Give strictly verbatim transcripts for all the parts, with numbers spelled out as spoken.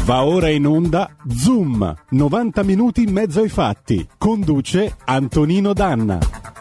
Va ora in onda Zoom, novanta minuti in mezzo ai fatti. Conduce Antonino Danna.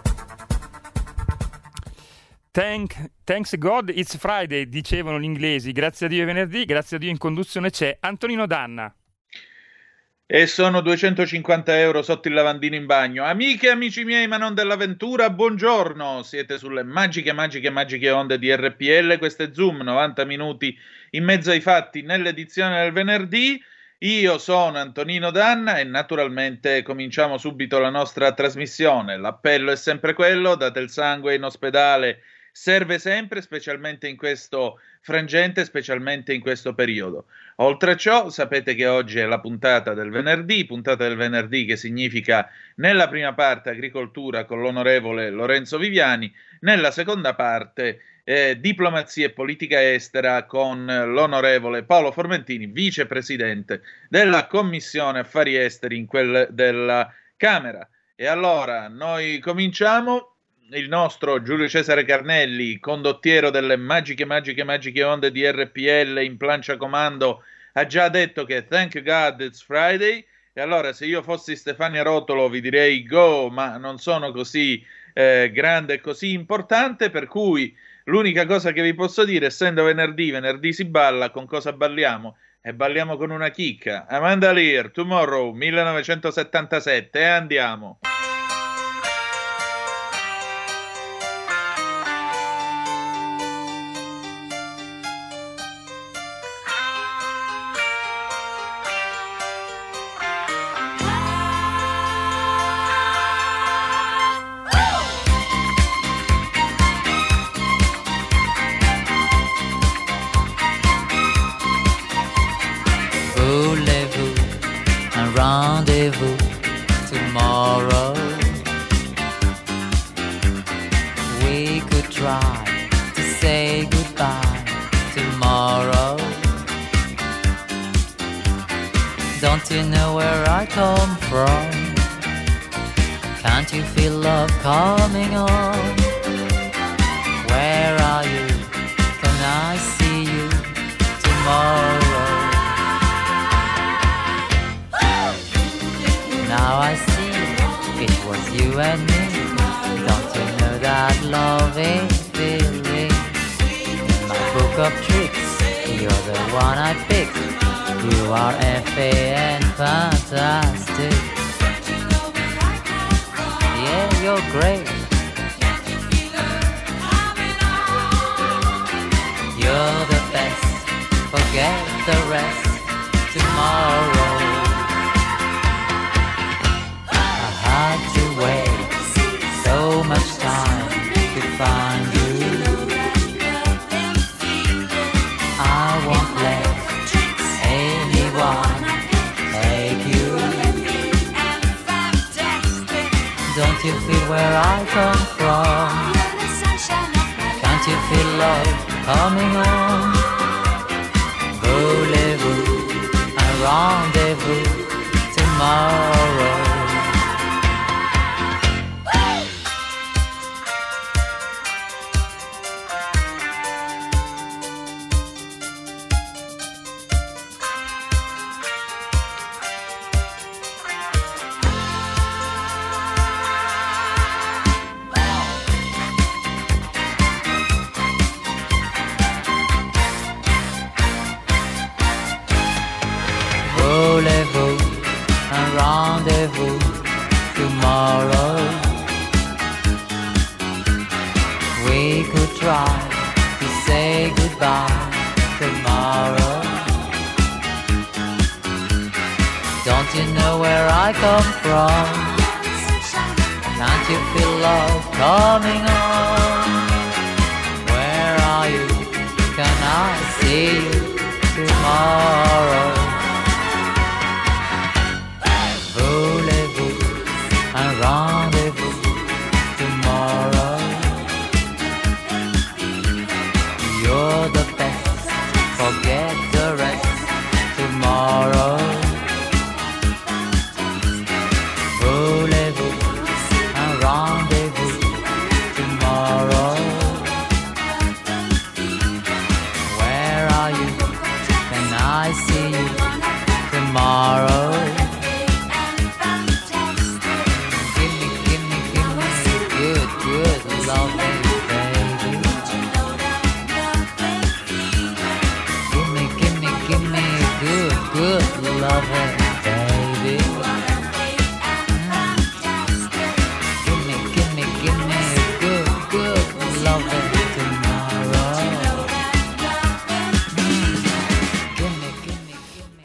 Thank, thanks God it's Friday, dicevano gli inglesi. Grazie a Dio è venerdì, grazie a Dio in conduzione c'è Antonino Danna. E sono duecentocinquanta euro sotto il lavandino in bagno. Amiche e amici miei, ma non dell'avventura, buongiorno. Siete sulle magiche, magiche, magiche onde di R P L. Questo è Zoom, novanta minuti in mezzo ai fatti nell'edizione del venerdì. Io sono Antonino Danna e naturalmente cominciamo subito la nostra trasmissione. L'appello è sempre quello: date il sangue in ospedale, serve sempre, specialmente in questo frangente, specialmente in questo periodo. Oltre a ciò, sapete che oggi è la puntata del venerdì, puntata del venerdì che significa nella prima parte agricoltura con l'onorevole Lorenzo Viviani, nella seconda parte eh, diplomazia e politica estera con l'onorevole Paolo Formentini, vicepresidente della Commissione Affari Esteri in quel della Camera. E allora noi cominciamo. Il nostro Giulio Cesare Carnelli, condottiero delle magiche, magiche, magiche onde di R P L in plancia comando, ha già detto che thank God it's Friday. E allora, se io fossi Stefania Rotolo vi direi go, ma non sono così eh, grande e così importante, per cui l'unica cosa che vi posso dire, essendo venerdì, venerdì si balla, con cosa balliamo? E balliamo con una chicca. Amanda Lear, Tomorrow, millenovecentosettantasette, e andiamo. Tomorrow we could try to say goodbye. Tomorrow, don't you know where I come from? Can't you feel love coming on? Where are you? Can I see you tomorrow? Now I see it was you and me. Don't you know that love is feeling? In my book of tricks, you're the one I picked. You are F A and fantastic. Yeah, you're great. You're the best. Forget the rest. Tomorrow to wait so much time to find you. I won't let anyone take you. Don't you feel where I come from? Can't you feel love coming on? Voulez-vous un rendezvous tomorrow? Voulez-vous un rendez-vous tomorrow? We could try to say goodbye tomorrow. Don't you know where I come from? Can't you feel love coming on? Where are you? Can I see you tomorrow? Voulez-vous un rendez-vous tomorrow? You're the best, forget the rest tomorrow. Voulez-vous un rendez-vous tomorrow? Where are you?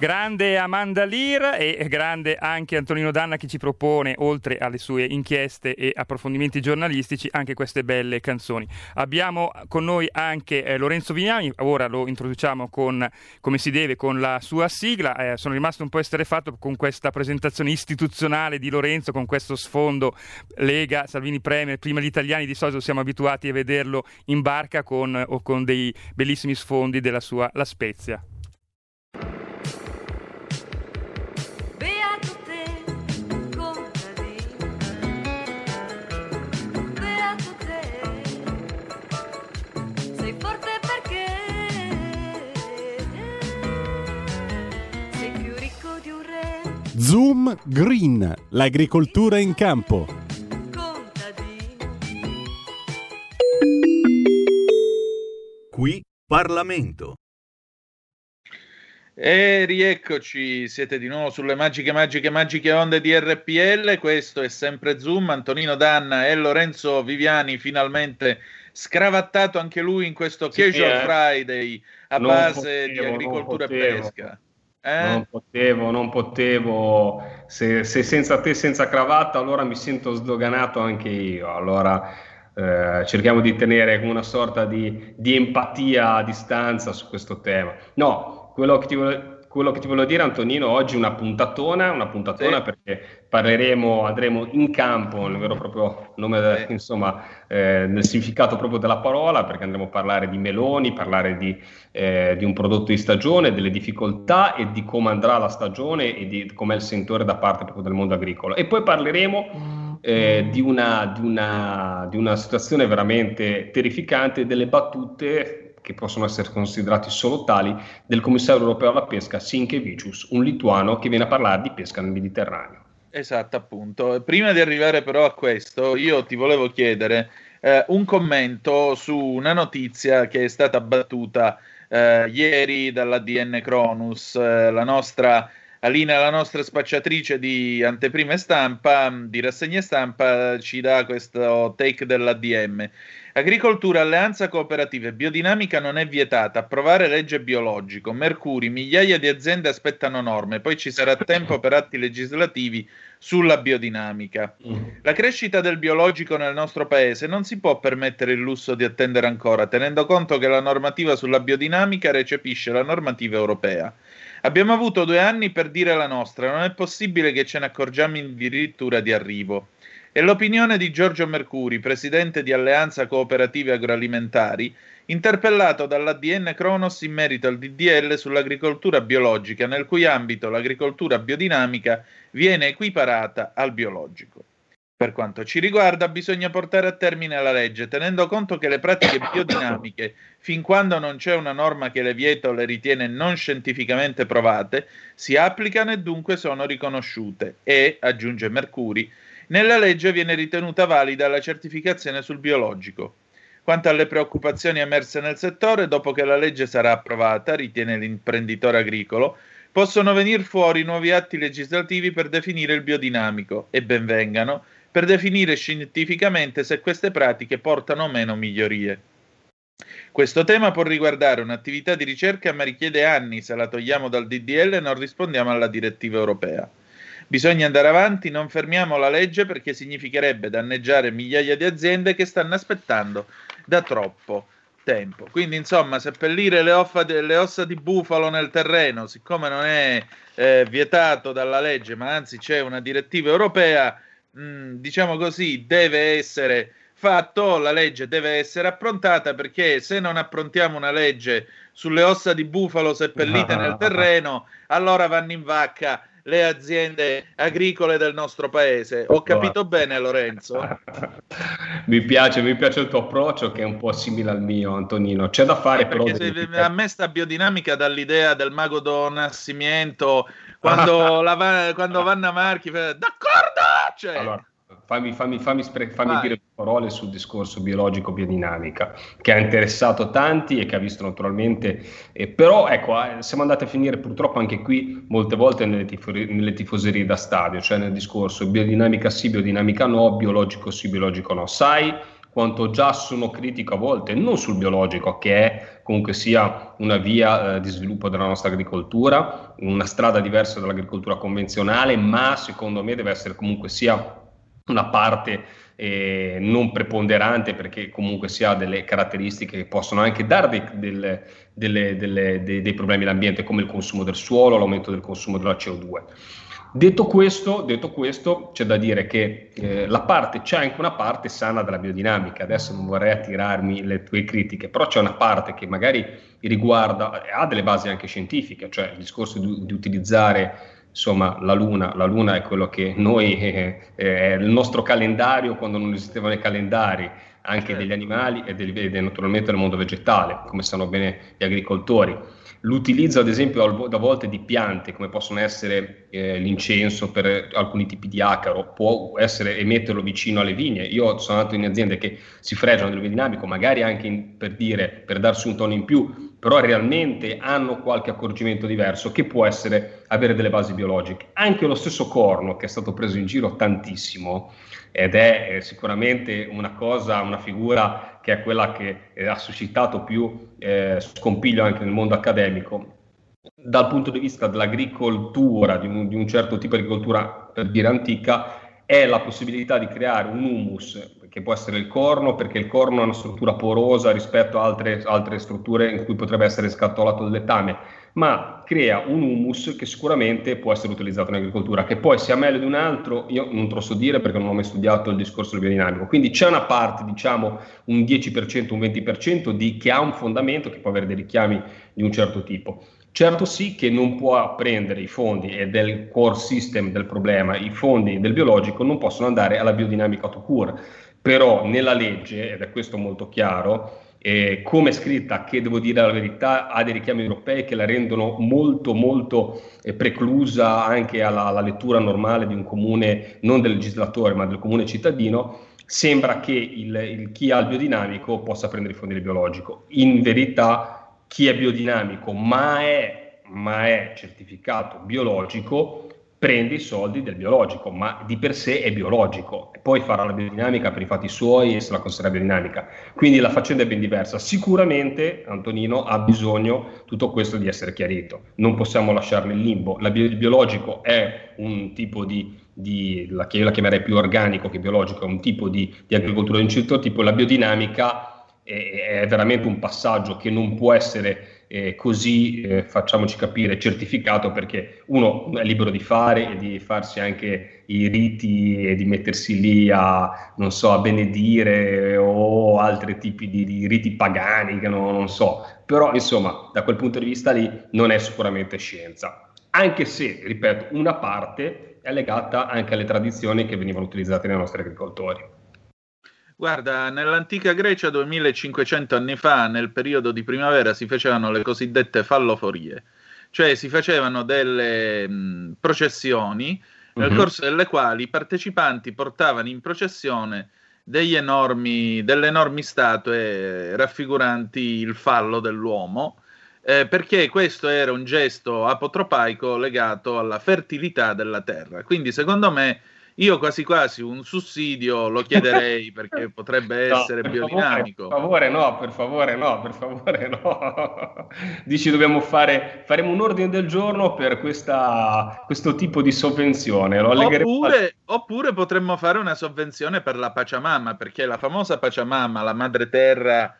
Grande Amanda Lear e grande anche Antonino Danna, che ci propone, oltre alle sue inchieste e approfondimenti giornalistici, anche queste belle canzoni. Abbiamo con noi anche eh, Lorenzo Vignani, ora lo introduciamo con, come si deve, con la sua sigla. Eh, sono rimasto un po' esterrefatto con questa presentazione istituzionale di Lorenzo, con questo sfondo Lega, Salvini Premier, prima gli italiani. Di solito siamo abituati a vederlo in barca con, o con dei bellissimi sfondi della sua La Spezia. Zoom Green, l'agricoltura in campo. Qui Parlamento. E rieccoci, siete di nuovo sulle magiche, magiche, magiche onde di R P L. Questo è sempre Zoom. Antonino Danna e Lorenzo Viviani, finalmente scravattato anche lui in questo sì, Casual eh. Friday a non base potevo, di agricoltura e pesca. Eh? Non potevo, non potevo, se, se senza te, senza cravatta, allora mi sento sdoganato anche io. Allora eh, cerchiamo di tenere una sorta di, di empatia a distanza su questo tema. No, quello che ti volevo... Quello che ti volevo dire, Antonino, oggi una puntatona, una puntatona sì. Perché parleremo, andremo in campo nel vero proprio nome, sì. insomma, eh, nel significato proprio della parola, perché andremo a parlare di meloni, parlare di, eh, di un prodotto di stagione, delle difficoltà e di come andrà la stagione e di com'è il sentore da parte proprio del mondo agricolo. E poi parleremo eh, di, una, di, una, di una situazione veramente terrificante, delle battute che possono essere considerati solo tali, del commissario europeo alla pesca Sinkevicius, un lituano che viene a parlare di pesca nel Mediterraneo. Esatto, appunto. Prima di arrivare però a questo, io ti volevo chiedere eh, un commento su una notizia che è stata battuta eh, ieri dall'A D N Cronus, eh, la nostra Alina, la nostra spacciatrice di anteprime stampa, di rassegne stampa, ci dà questo take dell'A D M. Agricoltura, alleanza cooperativa e biodinamica non è vietata. Approvare legge biologico. Mercuri, migliaia di aziende aspettano norme, poi ci sarà tempo per atti legislativi sulla biodinamica. La crescita del biologico nel nostro paese non si può permettere il lusso di attendere ancora, tenendo conto che la normativa sulla biodinamica recepisce la normativa europea. Abbiamo avuto due anni per dire la nostra, non è possibile che ce ne accorgiamo addirittura di arrivo. È l'opinione di Giorgio Mercuri, presidente di Alleanza Cooperative Agroalimentari, interpellato dall'A D N Cronos in merito al D D L sull'agricoltura biologica, nel cui ambito l'agricoltura biodinamica viene equiparata al biologico. Per quanto ci riguarda, bisogna portare a termine la legge, tenendo conto che le pratiche biodinamiche, fin quando non c'è una norma che le vieta o le ritiene non scientificamente provate, si applicano e dunque sono riconosciute e, aggiunge Mercuri, nella legge viene ritenuta valida la certificazione sul biologico. Quanto alle preoccupazioni emerse nel settore, dopo che la legge sarà approvata, ritiene l'imprenditore agricolo, possono venir fuori nuovi atti legislativi per definire il biodinamico, e ben vengano, per definire scientificamente se queste pratiche portano o meno migliorie. Questo tema può riguardare un'attività di ricerca, ma richiede anni. Se la togliamo dal D D L non rispondiamo alla direttiva europea. Bisogna andare avanti, non fermiamo la legge perché significherebbe danneggiare migliaia di aziende che stanno aspettando da troppo tempo. Quindi, insomma, seppellire le, offa de- le ossa di bufalo nel terreno, siccome non è eh, vietato dalla legge, ma anzi c'è una direttiva europea, mh, diciamo così, deve essere fatto, la legge deve essere approntata, perché se non approntiamo una legge sulle ossa di bufalo seppellite nel terreno, allora vanno in vacca le aziende agricole del nostro paese. Ho capito bene, Lorenzo? Mi piace, mi piace il tuo approccio, che è un po' simile al mio, Antonino. C'è da fare, eh, però se, a me sta biodinamica dall'idea del mago Don Nascimento, quando, la, quando Vanna Marchi fa d'accordo, cioè... Allora, fammi, fammi, fammi, spre- fammi dire parole sul discorso biologico biodinamica, che ha interessato tanti e che ha visto naturalmente, eh, però ecco, eh, siamo andati a finire purtroppo anche qui molte volte nelle, tifo- nelle tifoserie da stadio, cioè nel discorso biodinamica sì, biodinamica no, biologico sì, biologico no. Sai quanto già sono critico a volte, non sul biologico, che è comunque sia una via eh, di sviluppo della nostra agricoltura, una strada diversa dall'agricoltura convenzionale, ma secondo me deve essere comunque sia una parte eh, non preponderante, perché comunque si ha delle caratteristiche che possono anche dare dei, delle, delle, delle, dei, dei problemi all'ambiente, come il consumo del suolo, l'aumento del consumo della C O due. Detto questo, detto questo, c'è da dire che eh, la parte, c'è anche una parte sana della biodinamica. Adesso non vorrei attirarmi le tue critiche, però c'è una parte che magari riguarda, ha delle basi anche scientifiche, cioè il discorso di, di utilizzare insomma la luna. La luna è quello che noi, eh, eh, è il nostro calendario quando non esistevano i calendari, anche degli animali e, del, e naturalmente del mondo vegetale, come sanno bene gli agricoltori. L'utilizzo ad esempio a volte di piante come possono essere eh, l'incenso per alcuni tipi di acaro, può essere emetterlo vicino alle vigne. Io sono andato in aziende che si fregiano del biodinamico, magari anche in, per dire, per darsi un tono in più, però realmente hanno qualche accorgimento diverso che può essere avere delle basi biologiche. Anche lo stesso corno, che è stato preso in giro tantissimo, ed è sicuramente una cosa, una figura che è quella che eh, ha suscitato più eh, scompiglio anche nel mondo accademico. Dal punto di vista dell'agricoltura, di un, di un certo tipo di agricoltura, per dire antica, è la possibilità di creare un humus, che può essere il corno, perché il corno ha una struttura porosa rispetto a altre, altre strutture in cui potrebbe essere scattolato del letame, ma crea un humus che sicuramente può essere utilizzato in agricoltura. Che poi sia meglio di un altro, io non te lo so dire perché non ho mai studiato il discorso del biodinamico, quindi c'è una parte, diciamo un dieci per cento, un venti per cento di, che ha un fondamento, che può avere dei richiami di un certo tipo. Certo sì che non può prendere i fondi e del core system del problema, i fondi del biologico non possono andare alla biodinamica tout court, però nella legge, ed è questo molto chiaro, Eh, come è scritta, che devo dire la verità, ha dei richiami europei che la rendono molto molto eh, preclusa anche alla, alla lettura normale di un comune, non del legislatore ma del comune cittadino. Sembra che il, il, chi ha il biodinamico possa prendere i fondi del biologico. In verità chi è biodinamico ma è, ma è certificato biologico prende i soldi del biologico, ma di per sé è biologico, e poi farà la biodinamica per i fatti suoi e se la considera biodinamica. Quindi la faccenda è ben diversa. Sicuramente, Antonino, ha bisogno tutto questo di essere chiarito. Non possiamo lasciarlo in limbo. La bio- il biologico è un tipo di, di la, che io la chiamerei più organico che biologico, è un tipo di, di agricoltura di un certo tipo. La biodinamica è, è veramente un passaggio che non può essere Eh, così eh, facciamoci capire certificato, perché uno è libero di fare e di farsi anche i riti e di mettersi lì a non so a benedire o altri tipi di, di riti pagani che non, non so, però insomma da quel punto di vista lì non è sicuramente scienza, anche se ripeto una parte è legata anche alle tradizioni che venivano utilizzate dai nostri agricoltori. Guarda, nell'antica Grecia duemilacinquecento anni fa, nel periodo di primavera, si facevano le cosiddette falloforie, cioè si facevano delle mh, processioni nel uh-huh. corso delle quali i partecipanti portavano in processione degli enormi, delle enormi statue raffiguranti il fallo dell'uomo, eh, perché questo era un gesto apotropaico legato alla fertilità della terra. Quindi secondo me io quasi quasi un sussidio lo chiederei perché potrebbe essere no, biodinamico. Favore, per favore no, per favore no, per favore no. Dici dobbiamo fare, faremo un ordine del giorno per questa, questo tipo di sovvenzione. Lo oppure, a... oppure potremmo fare una sovvenzione per la Pachamama, perché la famosa Pachamama, la madre terra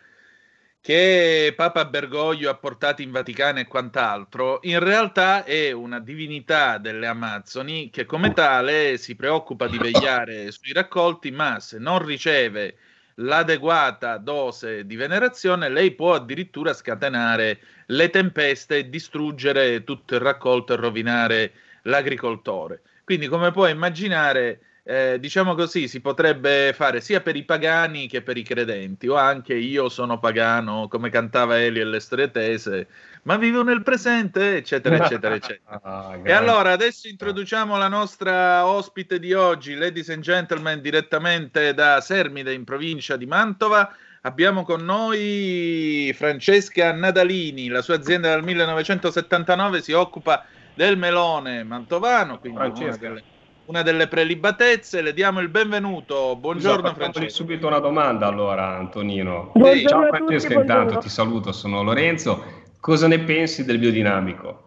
che Papa Bergoglio ha portato in Vaticano e quant'altro, in realtà è una divinità delle Amazzoni che come tale si preoccupa di vegliare sui raccolti, ma se non riceve l'adeguata dose di venerazione, lei può addirittura scatenare le tempeste e distruggere tutto il raccolto e rovinare l'agricoltore. Quindi, come puoi immaginare, Eh, diciamo così, si potrebbe fare sia per i pagani che per i credenti, o anche io sono pagano, come cantava Elio e le storie tese, ma vivo nel presente, eccetera, eccetera, eccetera. Ah, e allora adesso introduciamo la nostra ospite di oggi, ladies and gentlemen, direttamente da Sermide in provincia di Mantova. Abbiamo con noi Francesca Nadalini, la sua azienda dal millenovecentosettantanove si occupa del melone mantovano, quindi una delle una delle prelibatezze. Le diamo il benvenuto. Buongiorno Scusa, Francesca. subito una domanda allora, Antonino. Buongiorno Ciao a Francesca, tutti, intanto buongiorno. ti saluto, sono Lorenzo. Cosa ne pensi del biodinamico?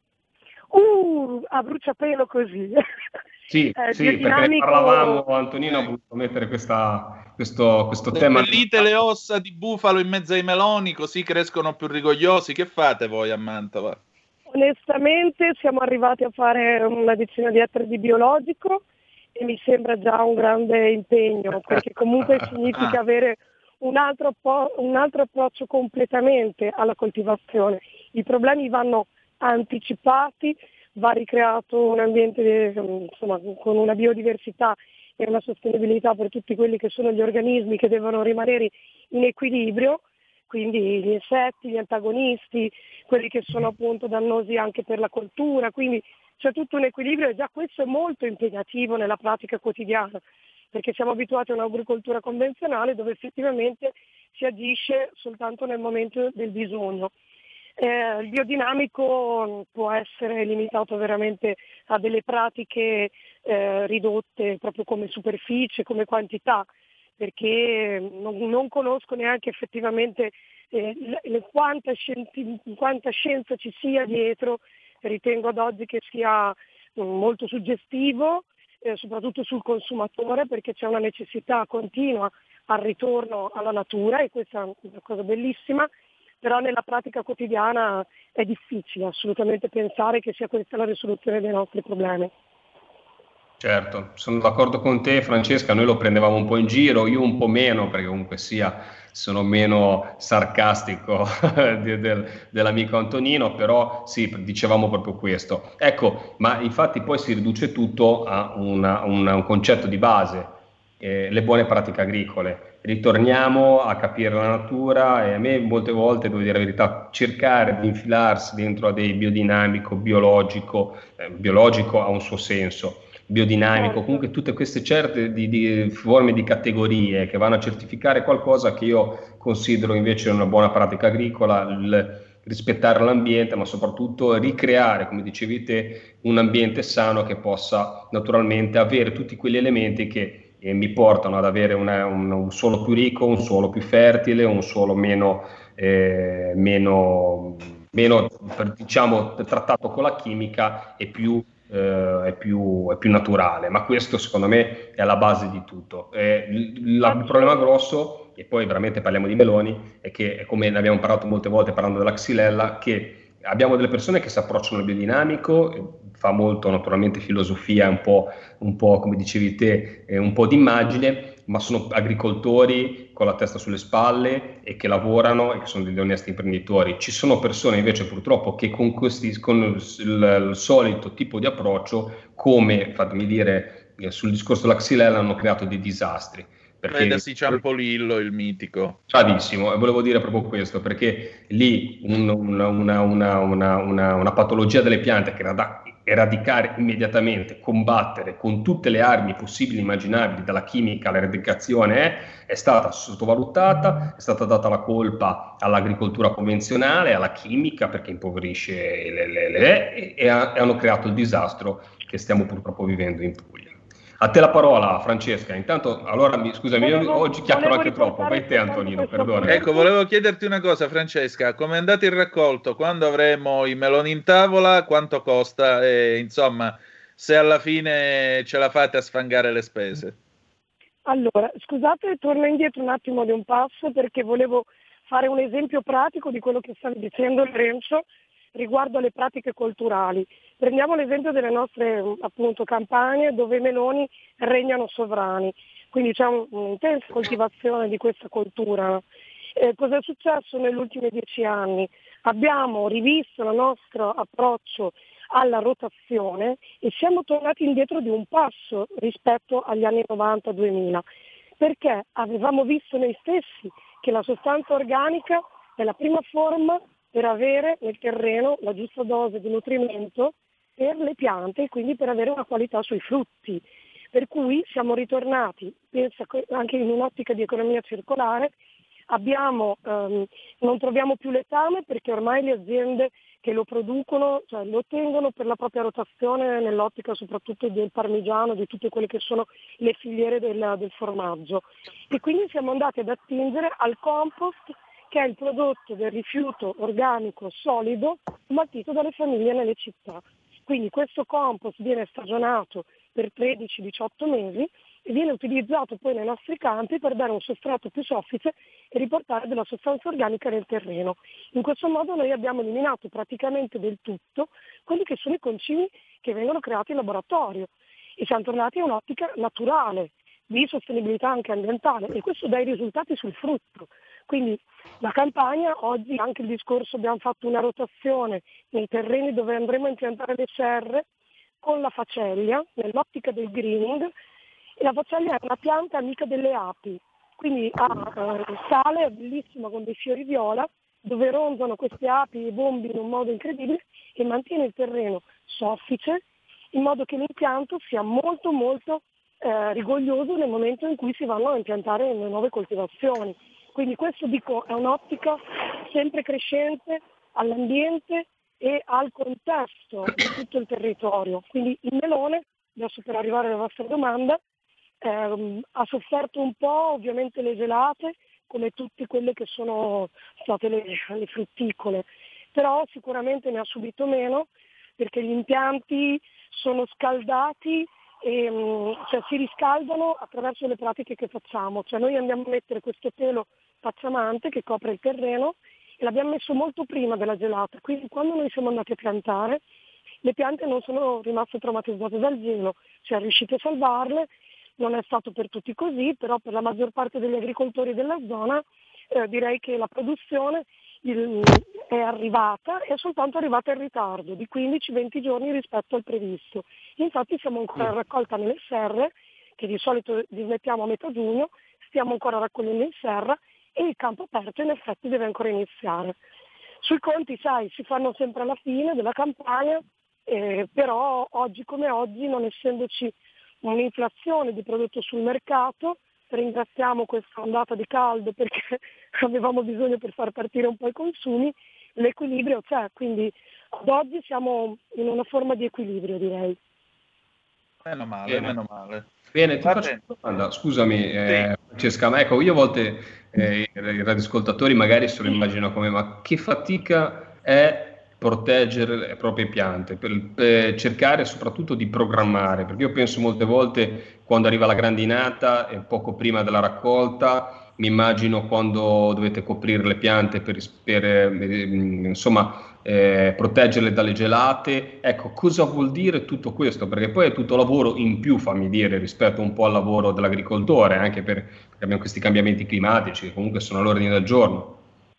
Uh, a bruciapelo così. Sì, eh, sì, perché ne biodinamico... parlavamo, Antonino ha voluto mettere questa, questo, questo tema. Seppellite le ossa di bufalo in mezzo ai meloni, così crescono più rigogliosi. Che fate voi a Mantova? Onestamente siamo arrivati a fare una decina di ettari di biologico e mi sembra già un grande impegno, perché comunque significa avere un altro, po- un altro approccio completamente alla coltivazione. I problemi vanno anticipati, va ricreato un ambiente insomma, con una biodiversità e una sostenibilità per tutti quelli che sono gli organismi che devono rimanere in equilibrio, quindi gli insetti, gli antagonisti, quelli che sono appunto dannosi anche per la coltura, quindi c'è tutto un equilibrio e già questo è molto impegnativo nella pratica quotidiana, perché siamo abituati a un'agricoltura convenzionale dove effettivamente si agisce soltanto nel momento del bisogno. Eh, il biodinamico può essere limitato veramente a delle pratiche eh, ridotte proprio come superficie, come quantità, perché non, non conosco neanche effettivamente eh, le, quanta, scienti, quanta scienza ci sia dietro. Ritengo ad oggi che sia um, molto suggestivo, eh, soprattutto sul consumatore, perché c'è una necessità continua al ritorno alla natura e questa è una cosa bellissima, però nella pratica quotidiana è difficile assolutamente pensare che sia questa la risoluzione dei nostri problemi. Certo, sono d'accordo con te Francesca, noi lo prendevamo un po' in giro, io un po' meno perché comunque sia sono meno sarcastico de, del, dell'amico Antonino, però sì, dicevamo proprio questo. Ecco, ma infatti poi si riduce tutto a una, una, un concetto di base, eh, le buone pratiche agricole. Ritorniamo a capire la natura e a me molte volte, devo dire la verità, cercare di infilarsi dentro a dei biodinamico, biologico, eh, biologico ha un suo senso, biodinamico, certo. Comunque tutte queste certe di, di forme di categorie che vanno a certificare qualcosa che io considero invece una buona pratica agricola, il rispettare l'ambiente, ma soprattutto ricreare, come dicevi te, un ambiente sano che possa naturalmente avere tutti quegli elementi che e mi portano ad avere una, un, un suolo più ricco, un suolo più fertile, un suolo meno, eh, meno, meno diciamo, trattato con la chimica e più, eh, è più, è più naturale. Ma questo secondo me è la base di tutto. Eh, il, la, il problema grosso, e poi veramente parliamo di meloni, è che, come ne abbiamo parlato molte volte parlando della xylella, che abbiamo delle persone che si approcciano al biodinamico, fa molto naturalmente filosofia, un po', un po' come dicevi te, eh, un po' di immagine, ma sono agricoltori con la testa sulle spalle e che lavorano e che sono degli onesti imprenditori. Ci sono persone invece purtroppo che con, questi, con il, il, il solito tipo di approccio, come fatemi dire eh, sul discorso della xylella, hanno creato dei disastri. Perché... Vedasi Ciampolillo, il mitico. Bravissimo, e volevo dire proprio questo, perché lì un, una, una, una, una, una patologia delle piante che era da eradicare immediatamente, combattere con tutte le armi possibili e immaginabili, dalla chimica all'eradicazione, eh, è stata sottovalutata, è stata data la colpa all'agricoltura convenzionale, alla chimica, perché impoverisce le, le, le e, e, ha, e hanno creato il disastro che stiamo purtroppo vivendo in Puglia. A te la parola, Francesca. Intanto, allora, mi, scusami, volevo, io oggi chiacchiero anche troppo. Vai te, Antonino, perdona. Ecco, volevo chiederti una cosa, Francesca. Come è andato il raccolto? Quando avremo i meloni in tavola? Quanto costa? E, insomma, se alla fine ce la fate a sfangare le spese. Allora, scusate, torno indietro un attimo di un passo perché volevo fare un esempio pratico di quello che stavi dicendo, Lorenzo, riguardo alle pratiche culturali. Prendiamo l'esempio delle nostre appunto campagne dove i meloni regnano sovrani, quindi c'è un, un'intensa coltivazione di questa coltura. Eh, cosa è successo negli ultimi dieci anni? Abbiamo rivisto il nostro approccio alla rotazione e siamo tornati indietro di un passo rispetto agli anni novanta duemila, perché avevamo visto noi stessi che la sostanza organica è la prima forma per avere nel terreno la giusta dose di nutrimento per le piante e quindi per avere una qualità sui frutti. Per cui siamo ritornati, penso anche in un'ottica di economia circolare, abbiamo, ehm, non troviamo più letame perché ormai le aziende che lo producono, cioè lo tengono per la propria rotazione nell'ottica soprattutto del parmigiano, di tutte quelle che sono le filiere del, del formaggio. E quindi siamo andati ad attingere al compost, che è il prodotto del rifiuto organico solido smaltito dalle famiglie nelle città. Quindi questo compost viene stagionato per tredici diciotto mesi e viene utilizzato poi nei nostri campi per dare un sostrato più soffice e riportare della sostanza organica nel terreno. In questo modo noi abbiamo eliminato praticamente del tutto quelli che sono i concimi che vengono creati in laboratorio e siamo tornati a un'ottica naturale di sostenibilità anche ambientale e questo dà i risultati sul frutto. Quindi la campagna, oggi anche il discorso, abbiamo fatto una rotazione nei terreni dove andremo a impiantare le serre con la facelia, nell'ottica del greening, e la facelia è una pianta amica delle api, quindi ha eh, sale, è bellissima con dei fiori viola, dove ronzano queste api e bombi in un modo incredibile e mantiene il terreno soffice, in modo che l'impianto sia molto molto eh, rigoglioso nel momento in cui si vanno a impiantare le nuove coltivazioni. Quindi questo dico è un'ottica sempre crescente all'ambiente e al contesto di tutto il territorio. Quindi il melone, adesso per arrivare alla vostra domanda, ehm, ha sofferto un po' ovviamente le gelate, come tutte quelle che sono state le, le frutticole, però sicuramente ne ha subito meno perché gli impianti sono scaldati e cioè, si riscaldano attraverso le pratiche che facciamo. Cioè noi andiamo a mettere questo telo pacciamante che copre il terreno e l'abbiamo messo molto prima della gelata, quindi quando noi siamo andati a piantare le piante non sono rimaste traumatizzate dal gelo, siamo riusciti a salvarle, non è stato per tutti così, però per la maggior parte degli agricoltori della zona eh, direi che la produzione il, è arrivata, è soltanto arrivata in ritardo di quindici venti giorni rispetto al previsto. Infatti siamo ancora in raccolta nelle serre, che di solito dismettiamo a metà giugno, stiamo ancora raccogliendo in serra e il campo aperto in effetti deve ancora iniziare. Sui conti, sai, si fanno sempre alla fine della campagna, eh, però oggi come oggi, non essendoci un'inflazione di prodotto sul mercato, ringraziamo questa ondata di caldo perché avevamo bisogno per far partire un po' i consumi, l'equilibrio c'è, quindi ad oggi siamo in una forma di equilibrio, direi. Meno male, Bene. meno male. Bene, ti Va faccio bene. una domanda, scusami eh, Sì. Francesca, ma ecco, io a volte eh, i radioascoltatori magari se lo immaginano come, ma che fatica è proteggere le proprie piante, per, per cercare soprattutto di programmare, perché io penso molte volte quando arriva la grandinata e poco prima della raccolta, mi immagino quando dovete coprire le piante per, per eh, insomma eh, proteggerle dalle gelate. Ecco, cosa vuol dire tutto questo? Perché poi è tutto lavoro in più, fammi dire, rispetto un po' al lavoro dell'agricoltore, anche per, perché abbiamo questi cambiamenti climatici che comunque sono all'ordine del giorno.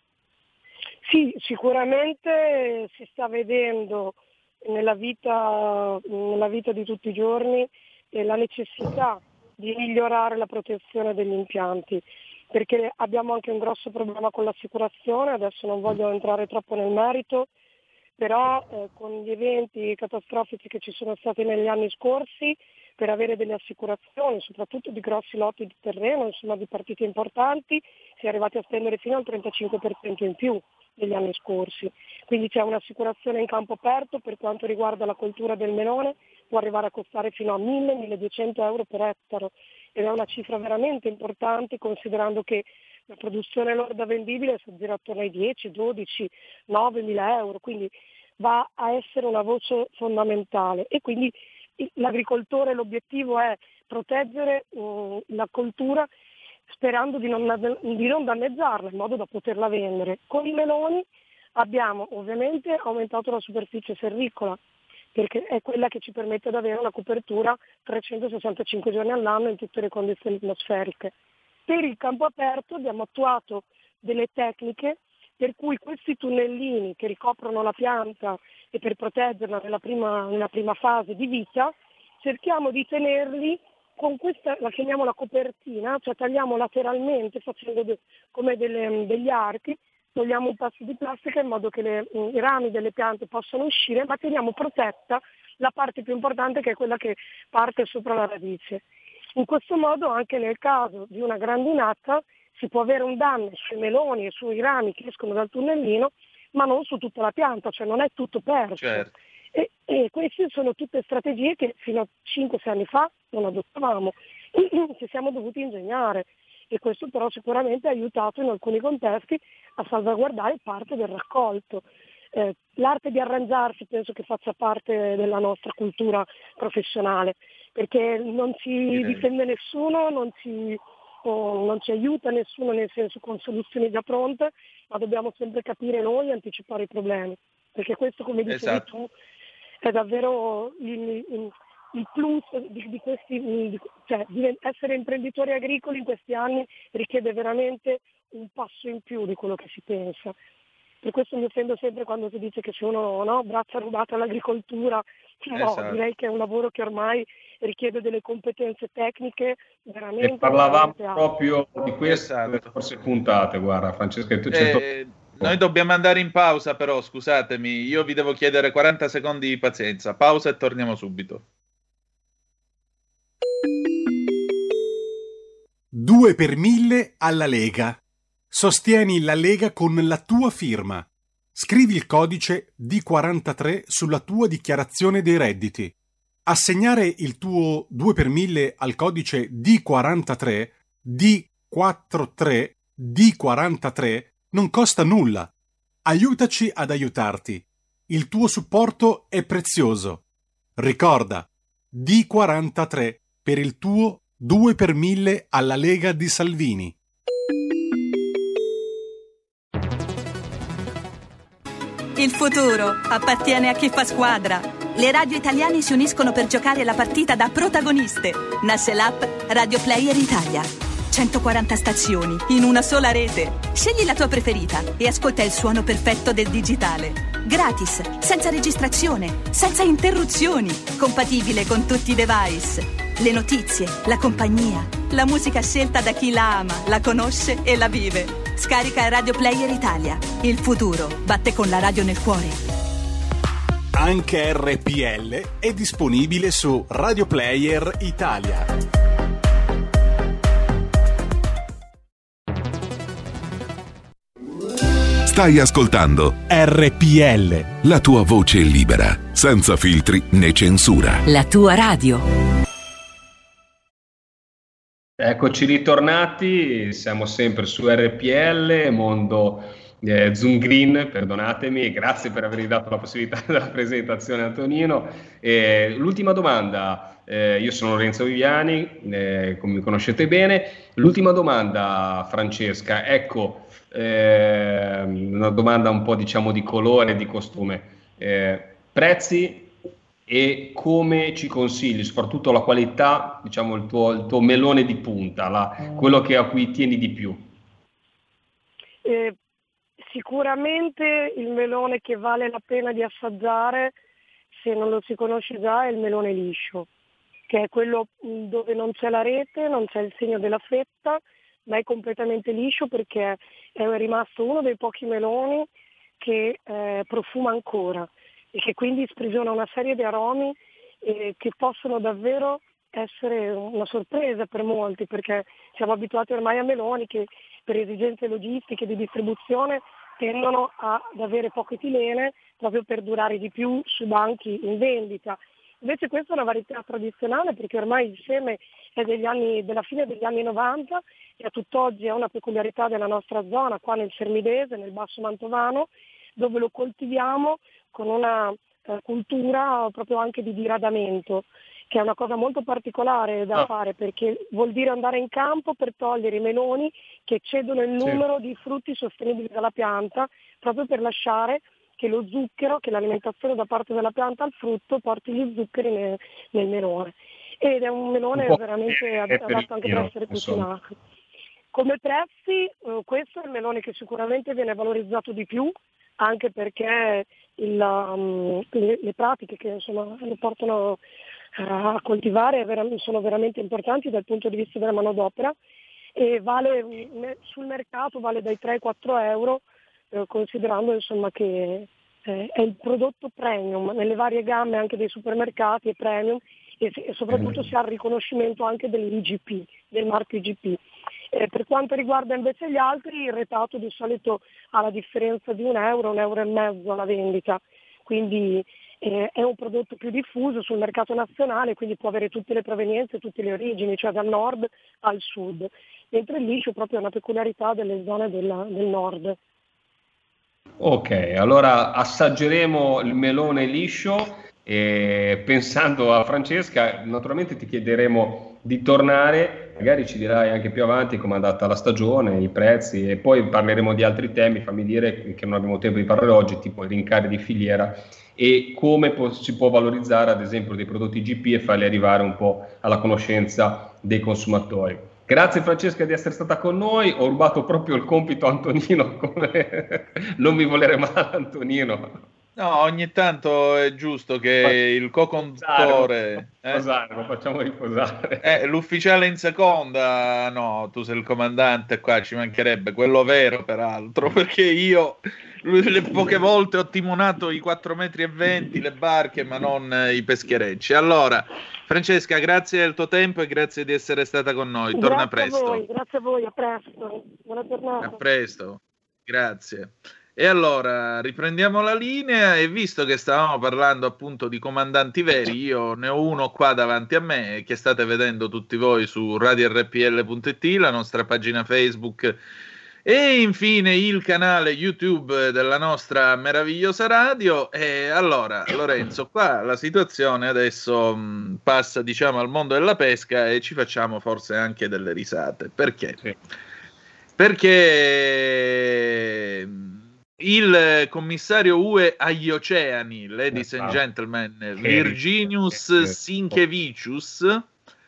Sì, sicuramente si sta vedendo nella vita, nella vita di tutti i giorni eh, la necessità di migliorare la protezione degli impianti, perché abbiamo anche un grosso problema con l'assicurazione, adesso non voglio entrare troppo nel merito, però eh, con gli eventi catastrofici che ci sono stati negli anni scorsi, per avere delle assicurazioni, soprattutto di grossi lotti di terreno, insomma di partite importanti, si è arrivati a spendere fino al trentacinque per cento in più degli anni scorsi. Quindi c'è un'assicurazione in campo aperto per quanto riguarda la coltura del melone, può arrivare a costare fino a mille milleduecento euro per ettaro ed è una cifra veramente importante considerando che la produzione lorda vendibile si aggira attorno ai dieci, dodici, nove mila euro, quindi va a essere una voce fondamentale e quindi l'agricoltore, l'obiettivo è proteggere uh, la coltura sperando di non, di non danneggiarla in modo da poterla vendere. Con i meloni abbiamo ovviamente aumentato la superficie serricola perché è quella che ci permette di avere una copertura trecentosessantacinque giorni all'anno in tutte le condizioni atmosferiche. Per il campo aperto abbiamo attuato delle tecniche per cui questi tunnellini che ricoprono la pianta e per proteggerla nella prima, nella prima fase di vita, cerchiamo di tenerli con questa, la chiamiamo la copertina, cioè tagliamo lateralmente facendo de, come delle, degli archi, togliamo un pezzo di plastica in modo che le, i rami delle piante possano uscire, ma teniamo protetta la parte più importante che è quella che parte sopra la radice. In questo modo anche nel caso di una grandinata si può avere un danno sui meloni e sui rami che escono dal tunnellino, ma non su tutta la pianta, cioè non è tutto perso. Certo. E, e queste sono tutte strategie che fino a cinque sei anni fa non adottavamo, ci siamo dovuti ingegnare, e questo però sicuramente ha aiutato in alcuni contesti a salvaguardare parte del raccolto. Eh, l'arte di arrangiarsi penso che faccia parte della nostra cultura professionale, perché non ci difende nessuno, non ci, oh, non ci aiuta nessuno, nel senso con soluzioni già pronte, ma dobbiamo sempre capire noi e anticipare i problemi, perché questo, come dicevi Esatto. tu, è davvero il, il, il plus di, di questi, di, cioè di essere imprenditori agricoli in questi anni richiede veramente un passo in più di quello che si pensa. Per questo mi offendo sempre quando si dice che sono, no, braccia rubate all'agricoltura. No, Esatto. direi che è un lavoro che ormai richiede delle competenze tecniche veramente. E parlavamo veramente proprio di questo Esatto. nelle scorse puntate, guarda Francesca, tu Eh, noi dobbiamo andare in pausa, però scusatemi, io vi devo chiedere quaranta secondi di pazienza. Pausa e torniamo subito. due per mille alla Lega. Sostieni la Lega con la tua firma. Scrivi il codice D quarantatré sulla tua dichiarazione dei redditi. Assegnare il tuo due per mille al codice D quarantatré, D quarantatré, D quarantatré non costa nulla. Aiutaci ad aiutarti. Il tuo supporto è prezioso. Ricorda, D quarantatré per il tuo due per mille alla Lega di Salvini. Il futuro appartiene a chi fa squadra. Le radio italiane si uniscono per giocare la partita da protagoniste. Nasce l'app Radio Player Italia. centoquaranta stazioni in una sola rete. Scegli la tua preferita e ascolta il suono perfetto del digitale. Gratis, senza registrazione, senza interruzioni. Compatibile con tutti i device. Le notizie, la compagnia, la musica scelta da chi la ama, la conosce e la vive. Scarica Radio Player Italia. Il futuro batte con la radio nel cuore. Anche R P L è disponibile su Radio Player Italia. Stai ascoltando R P L, la tua voce libera, senza filtri né censura. La tua radio. Eccoci ritornati, siamo sempre su R P L, mondo eh, Zoom Green, perdonatemi, e grazie per avermi dato la possibilità della presentazione, Antonino. Eh, l'ultima domanda, eh, io sono Lorenzo Viviani, eh, come mi conoscete bene. L'ultima domanda, Francesca, ecco, eh, una domanda un po' diciamo di colore, di costume. Eh, prezzi e come ci consigli, soprattutto la qualità, diciamo il tuo, il tuo melone di punta, la, quello che a cui tieni di più? Eh, sicuramente il melone che vale la pena di assaggiare, se non lo si conosce già, è il melone liscio, che è quello dove non c'è la rete, non c'è il segno della fetta, ma è completamente liscio perché è rimasto uno dei pochi meloni che eh, profuma ancora e che quindi sprigiona una serie di aromi eh, che possono davvero essere una sorpresa per molti, perché siamo abituati ormai a meloni che per esigenze logistiche di distribuzione tendono ad avere poche etilene proprio per durare di più sui banchi in vendita. Invece questa è una varietà tradizionale perché ormai il seme è degli anni, della fine degli anni novanta e a tutt'oggi è una peculiarità della nostra zona, qua nel Sermidese, nel Basso Mantovano, dove lo coltiviamo con una eh, cultura proprio anche di diradamento, che è una cosa molto particolare da ah. fare, perché vuol dire andare in campo per togliere i meloni che eccedono il numero sì. di frutti sostenibili dalla pianta, proprio per lasciare che lo zucchero, che l'alimentazione da parte della pianta al frutto porti gli zuccheri nel, nel melone. Ed è un melone un veramente adatto anche per essere cucinato. Come prezzi, eh, questo è il melone che sicuramente viene valorizzato di più, anche perché il, um, le, le pratiche che insomma lo portano uh, a coltivare sono veramente importanti dal punto di vista della manodopera e vale sul mercato vale dai tre ai quattro euro, eh, considerando insomma che eh, è il prodotto premium nelle varie gamme anche dei supermercati, è premium e, e soprattutto si ha il riconoscimento anche dell'I G P, del marchio I G P. Eh, per quanto riguarda invece gli altri, il retato di solito ha la differenza di un euro, un euro e mezzo alla vendita, quindi eh, è un prodotto più diffuso sul mercato nazionale, quindi può avere tutte le provenienze, tutte le origini, cioè dal nord al sud, mentre il liscio proprio è una peculiarità delle zone del, del nord. Ok, allora assaggeremo il melone liscio e pensando a Francesca, naturalmente ti chiederemo di tornare, magari ci dirai anche più avanti come è andata la stagione, i prezzi, e poi parleremo di altri temi, fammi dire che non abbiamo tempo di parlare oggi, tipo i rincari di filiera e come po- si può valorizzare ad esempio dei prodotti G P e farli arrivare un po' alla conoscenza dei consumatori. Grazie Francesca di essere stata con noi, ho rubato proprio il compito a Antonino, come non mi volere male Antonino. No, ogni tanto è giusto che il co-conduttore... Riposare, eh? Lo facciamo riposare. Eh, l'ufficiale in seconda, no, tu sei il comandante qua, ci mancherebbe, quello vero peraltro, perché io le poche volte ho timonato i quattro metri e venti, le barche, ma non i pescherecci. Allora, Francesca, grazie del tuo tempo e grazie di essere stata con noi. Torna Grazie presto. a voi, grazie a voi, a presto. Buona giornata. A presto, grazie. E allora riprendiamo la linea e visto che stavamo parlando appunto di comandanti veri, io ne ho uno qua davanti a me che state vedendo tutti voi su radio erre pi elle punto it, la nostra pagina Facebook e infine il canale YouTube della nostra meravigliosa radio. E allora Lorenzo, qua la situazione adesso mh, passa diciamo al mondo della pesca e ci facciamo forse anche delle risate. Perché? Sì. Perché il commissario U E agli oceani, ladies and gentlemen, Virginijus Sinkevicius,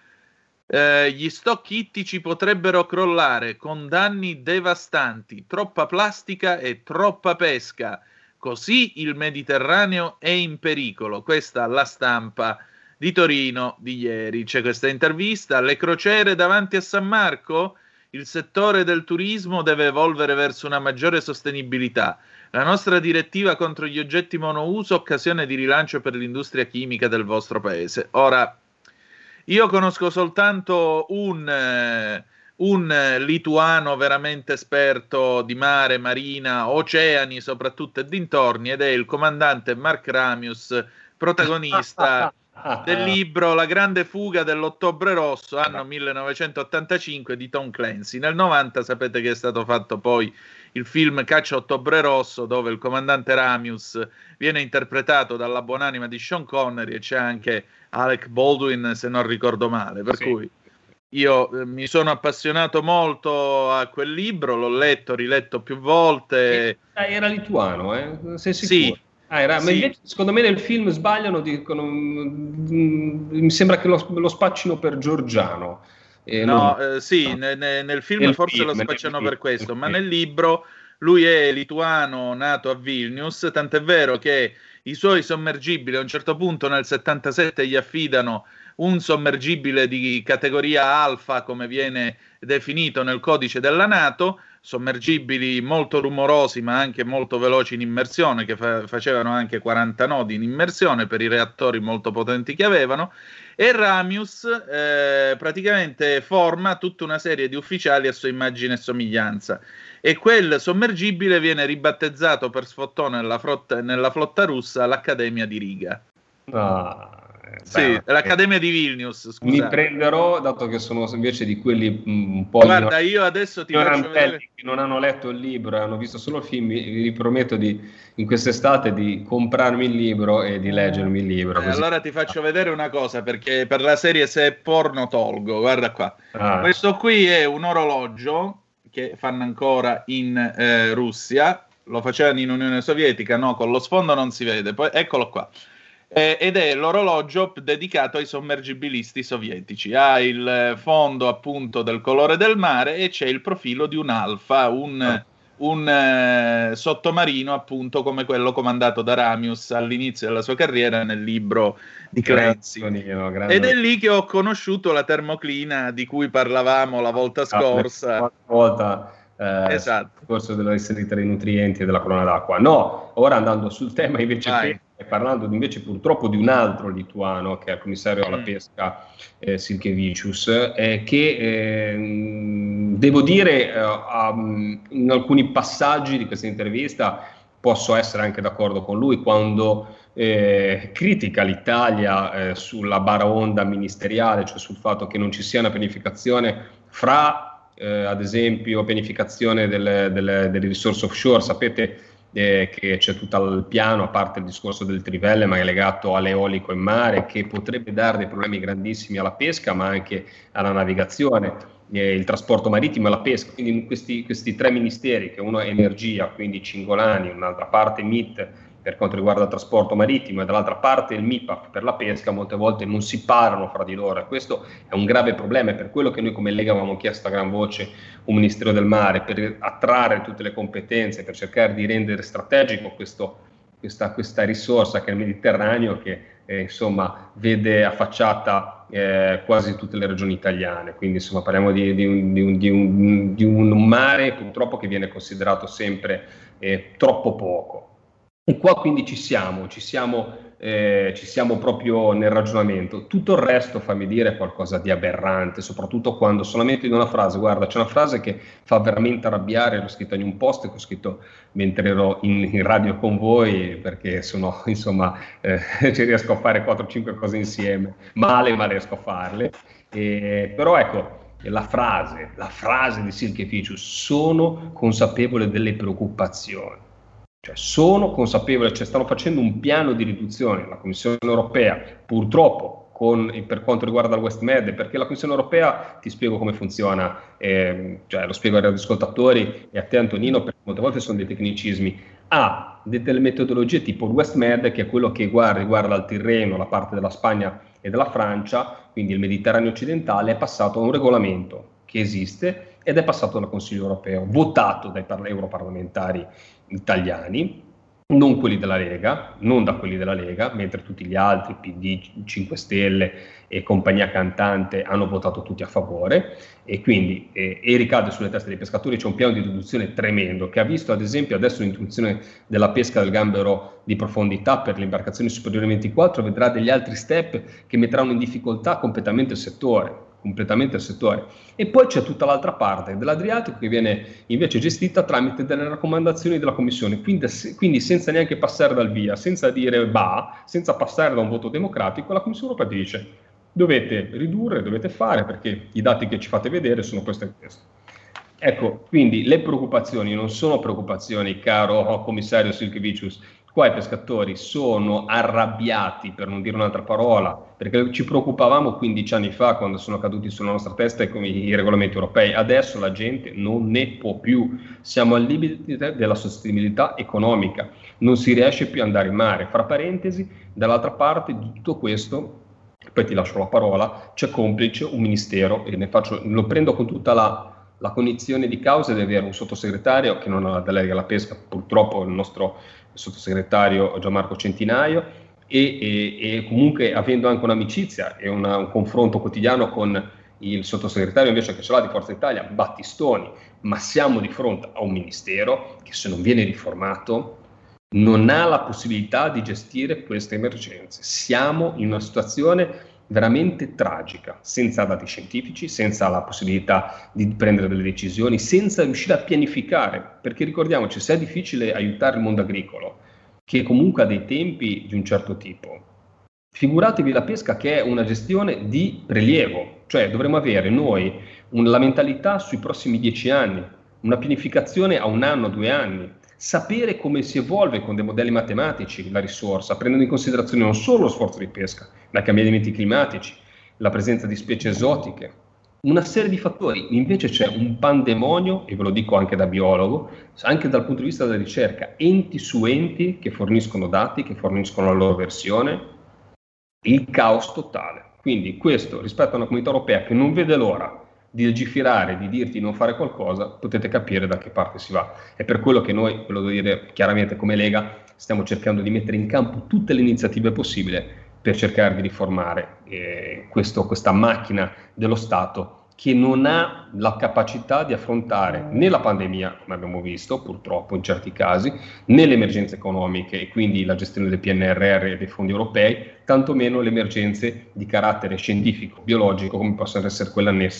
eh, gli stock ittici potrebbero crollare con danni devastanti, troppa plastica e troppa pesca, così il Mediterraneo è in pericolo. Questa la Stampa di Torino di ieri. C'è questa intervista, le crociere davanti a San Marco? Il settore del turismo deve evolvere verso una maggiore sostenibilità. La nostra direttiva contro gli oggetti monouso, occasione di rilancio per l'industria chimica del vostro paese. Ora, io conosco soltanto un, eh, un lituano veramente esperto di mare, marina, oceani soprattutto e dintorni, ed è il comandante Mark Ramius, protagonista del libro La grande fuga dell'Ottobre Rosso, anno millenovecentottantacinque, di Tom Clancy. Nel novanta sapete che è stato fatto poi il film Caccia Ottobre Rosso, dove il comandante Ramius viene interpretato dalla buonanima di Sean Connery e c'è anche Alec Baldwin, se non ricordo male, per sì. cui io eh, mi sono appassionato molto a quel libro, l'ho letto, riletto più volte. Era lituano, eh? Sei sicuro? Sì. Ah, era, sì. Ma invece secondo me nel film sbagliano, dicono, mh, mi sembra che lo, lo spaccino per Giorgiano. Eh, no, non... eh, sì, ne, ne, nel film nel forse film, lo spacciano per film, questo, ma nel libro lui è lituano nato a Vilnius, tant'è vero che i suoi sommergibili a un certo punto nel settantasette gli affidano un sommergibile di categoria alfa, come viene definito nel codice della NATO, sommergibili molto rumorosi ma anche molto veloci in immersione, che fa- facevano anche quaranta nodi in immersione per i reattori molto potenti che avevano, e Ramius eh, praticamente forma tutta una serie di ufficiali a sua immagine e somiglianza, e quel sommergibile viene ribattezzato per sfottò nella, frott- nella flotta russa l'Accademia di Riga. Ah. Sì, beh, l'Accademia di Vilnius, scusate. Mi prenderò, dato che sono invece di quelli un po' guarda di... io adesso ti faccio vedere che non hanno letto il libro e hanno visto solo il film. Vi riprometto di in quest'estate di comprarmi il libro e di leggermi il libro, eh, così. Allora ti faccio vedere una cosa, perché per la serie Se è porno tolgo, guarda qua, ah. Questo qui è un orologio che fanno ancora in eh, Russia, lo facevano in Unione Sovietica, no, con lo sfondo non si vede, poi eccolo qua. Eh, ed è l'orologio dedicato ai sommergibilisti sovietici. Ha il fondo appunto del colore del mare e c'è il profilo di un Alfa, un, oh. un eh, sottomarino appunto come quello comandato da Ramius all'inizio della sua carriera nel libro di Clancy. Ed è lì che ho conosciuto la termoclina di cui parlavamo la volta scorsa. Ah, volta. Eh, esatto. Il corso dell'esserità dei nutrienti e della colonna d'acqua. No, ora andando sul tema invece che, parlando invece purtroppo di un altro lituano che è il commissario alla pesca eh, Sinkevicius, eh, che eh, devo dire, uh, um, in alcuni passaggi di questa intervista posso essere anche d'accordo con lui quando eh, critica l'Italia eh, sulla baraonda ministeriale, cioè sul fatto che non ci sia una pianificazione fra, eh, ad esempio, pianificazione delle, delle, delle risorse offshore. Sapete eh, che c'è tutto il piano, a parte il discorso del trivelle, ma è legato all'eolico in mare, che potrebbe dare dei problemi grandissimi alla pesca, ma anche alla navigazione, il trasporto marittimo e la pesca. Quindi questi, questi tre ministeri, che uno è energia, quindi Cingolani, un'altra parte M I T per quanto riguarda il trasporto marittimo e dall'altra parte il M I P A F per la pesca, molte volte non si parlano fra di loro, e questo è un grave problema. È per quello che noi come Lega avevamo chiesto a gran voce un Ministero del Mare, per attrarre tutte le competenze, per cercare di rendere strategico questo, questa, questa risorsa che è il Mediterraneo, che eh, insomma vede affacciata Eh, quasi tutte le regioni italiane. Quindi insomma parliamo di, di, un, di, un, di, un, di un mare purtroppo che viene considerato sempre eh, troppo poco. E qua quindi ci siamo, ci siamo, eh, ci siamo proprio nel ragionamento. Tutto il resto, fammi dire, è qualcosa di aberrante, soprattutto quando solamente in una frase, guarda, c'è una frase che fa veramente arrabbiare, l'ho scritta in un post che ho scritto mentre ero in, in radio con voi, perché sono, insomma, eh, ci riesco a fare quattro cinque cose insieme, male ma riesco a farle, e, però ecco, la frase, la frase di Silkeficius, sono consapevole delle preoccupazioni. Cioè sono consapevole, cioè stanno facendo un piano di riduzione, la Commissione Europea, purtroppo, con, per quanto riguarda il West Med, perché la Commissione Europea, ti spiego come funziona, eh, cioè lo spiego ai radioascoltatori e a te Antonino, perché molte volte sono dei tecnicismi, ha delle metodologie tipo il West Med, che è quello che guarda, riguarda il Tirreno, la parte della Spagna e della Francia, quindi il Mediterraneo occidentale, è passato a un regolamento che esiste ed è passato dal Consiglio Europeo, votato dai parla- europarlamentari italiani, non quelli della Lega, non da quelli della Lega, mentre tutti gli altri, P D, cinque Stelle e compagnia cantante, hanno votato tutti a favore, e quindi eh, e ricade sulle teste dei pescatori. C'è un piano di riduzione tremendo che ha visto ad esempio adesso l'introduzione della pesca del gambero di profondità per le imbarcazioni superiori ai ventiquattro, vedrà degli altri step che metteranno in difficoltà completamente il settore. completamente il settore. E poi c'è tutta l'altra parte dell'Adriatico che viene invece gestita tramite delle raccomandazioni della Commissione, quindi, quindi senza neanche passare dal via, senza dire bah, senza passare da un voto democratico, la Commissione Europea dice dovete ridurre, dovete fare, perché i dati che ci fate vedere sono questo e questo. Ecco, quindi le preoccupazioni non sono preoccupazioni, caro commissario Silkeficius. Qua i pescatori sono arrabbiati, per non dire un'altra parola, perché ci preoccupavamo quindici anni fa quando sono caduti sulla nostra testa come i regolamenti europei. Adesso la gente non ne può più, siamo al limite della sostenibilità economica, non si riesce più ad andare in mare. Fra parentesi, dall'altra parte di tutto questo, poi ti lascio la parola, c'è complice un ministero, e ne faccio, lo prendo con tutta la, la cognizione di causa di avere un sottosegretario che non ha la delega alla pesca, purtroppo il nostro sottosegretario Gianmarco Centinaio, e, e, e comunque avendo anche un'amicizia e una, un confronto quotidiano con il sottosegretario invece che ce l'ha di Forza Italia, Battistoni, ma siamo di fronte a un ministero che, se non viene riformato, non ha la possibilità di gestire queste emergenze. Siamo in una situazione veramente tragica, senza dati scientifici, senza la possibilità di prendere delle decisioni, senza riuscire a pianificare, perché ricordiamoci, se è difficile aiutare il mondo agricolo, che comunque ha dei tempi di un certo tipo, figuratevi la pesca, che è una gestione di prelievo, cioè dovremmo avere noi un, la mentalità sui prossimi dieci anni, una pianificazione a un anno, due anni, sapere come si evolve con dei modelli matematici la risorsa, prendendo in considerazione non solo lo sforzo di pesca, ma i cambiamenti climatici, la presenza di specie esotiche, una serie di fattori. Invece c'è un pandemonio, e ve lo dico anche da biologo, anche dal punto di vista della ricerca, enti su enti che forniscono dati, che forniscono la loro versione, il caos totale. Quindi questo, rispetto a una comunità europea che non vede l'ora di legiferare, di dirti di non fare qualcosa, potete capire da che parte si va. È per quello che noi, ve lo devo dire chiaramente come Lega, stiamo cercando di mettere in campo tutte le iniziative possibili per cercare di riformare eh, questo, questa macchina dello Stato che non ha la capacità di affrontare né la pandemia, come abbiamo visto purtroppo in certi casi, né le emergenze economiche e quindi la gestione del P N R R e dei fondi europei, tantomeno le emergenze di carattere scientifico, biologico, come possono essere quelle annesse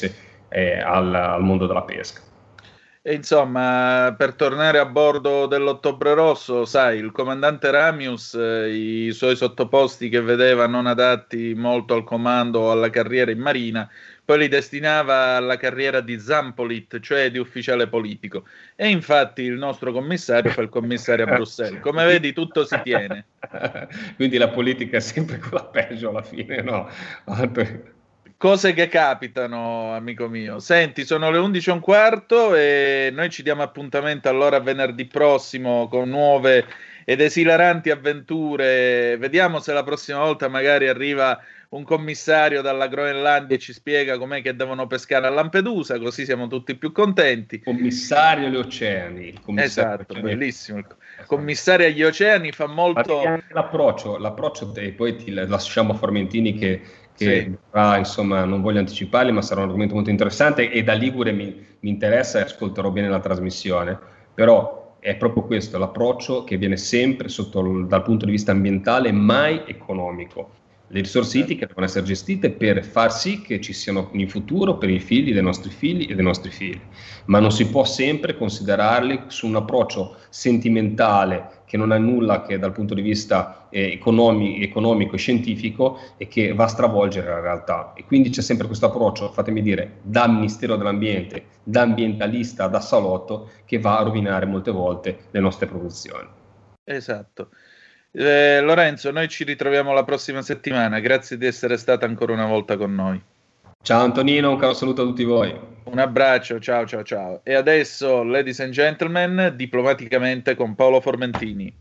eh, al, al mondo della pesca. E insomma, per tornare a bordo dell'Ottobre Rosso, sai, il comandante Ramius, eh, i suoi sottoposti che vedeva non adatti molto al comando o alla carriera in marina, poi li destinava alla carriera di Zampolit, cioè di ufficiale politico. E infatti il nostro commissario fa il commissario a Bruxelles. Come vedi, tutto si tiene. Quindi la politica è sempre quella peggio alla fine, no? Cose che capitano, amico mio. Senti, sono le undici e un quarto e noi ci diamo appuntamento allora venerdì prossimo con nuove ed esilaranti avventure. Vediamo se la prossima volta magari arriva un commissario dalla Groenlandia e ci spiega com'è che devono pescare a Lampedusa, così siamo tutti più contenti. Commissario agli oceani. Commissario esatto, oceani. Bellissimo. Il commissario agli oceani fa molto... L'approccio, l'approccio e poi ti lasciamo a Formentini che... che sì. ah, insomma, non voglio anticiparli, ma sarà un argomento molto interessante e da Ligure mi, mi interessa e ascolterò bene la trasmissione, però è proprio questo, l'approccio che viene sempre sotto, dal punto di vista ambientale, mai economico. Le risorse idriche devono essere gestite per far sì che ci siano in futuro per i figli dei nostri figli e dei nostri figli, ma non si può sempre considerarli su un approccio sentimentale che non ha nulla che dal punto di vista eh, economi, economico e scientifico e che va a stravolgere la realtà. E quindi c'è sempre questo approccio, fatemi dire, da Ministero dell'Ambiente, da ambientalista, da salotto, che va a rovinare molte volte le nostre produzioni. Esatto. Eh, Lorenzo, noi ci ritroviamo la prossima settimana. Grazie di essere stata ancora una volta con noi. Ciao Antonino, un caro saluto a tutti voi. Un abbraccio, ciao ciao ciao. E adesso, ladies and gentlemen, diplomaticamente con Paolo Formentini.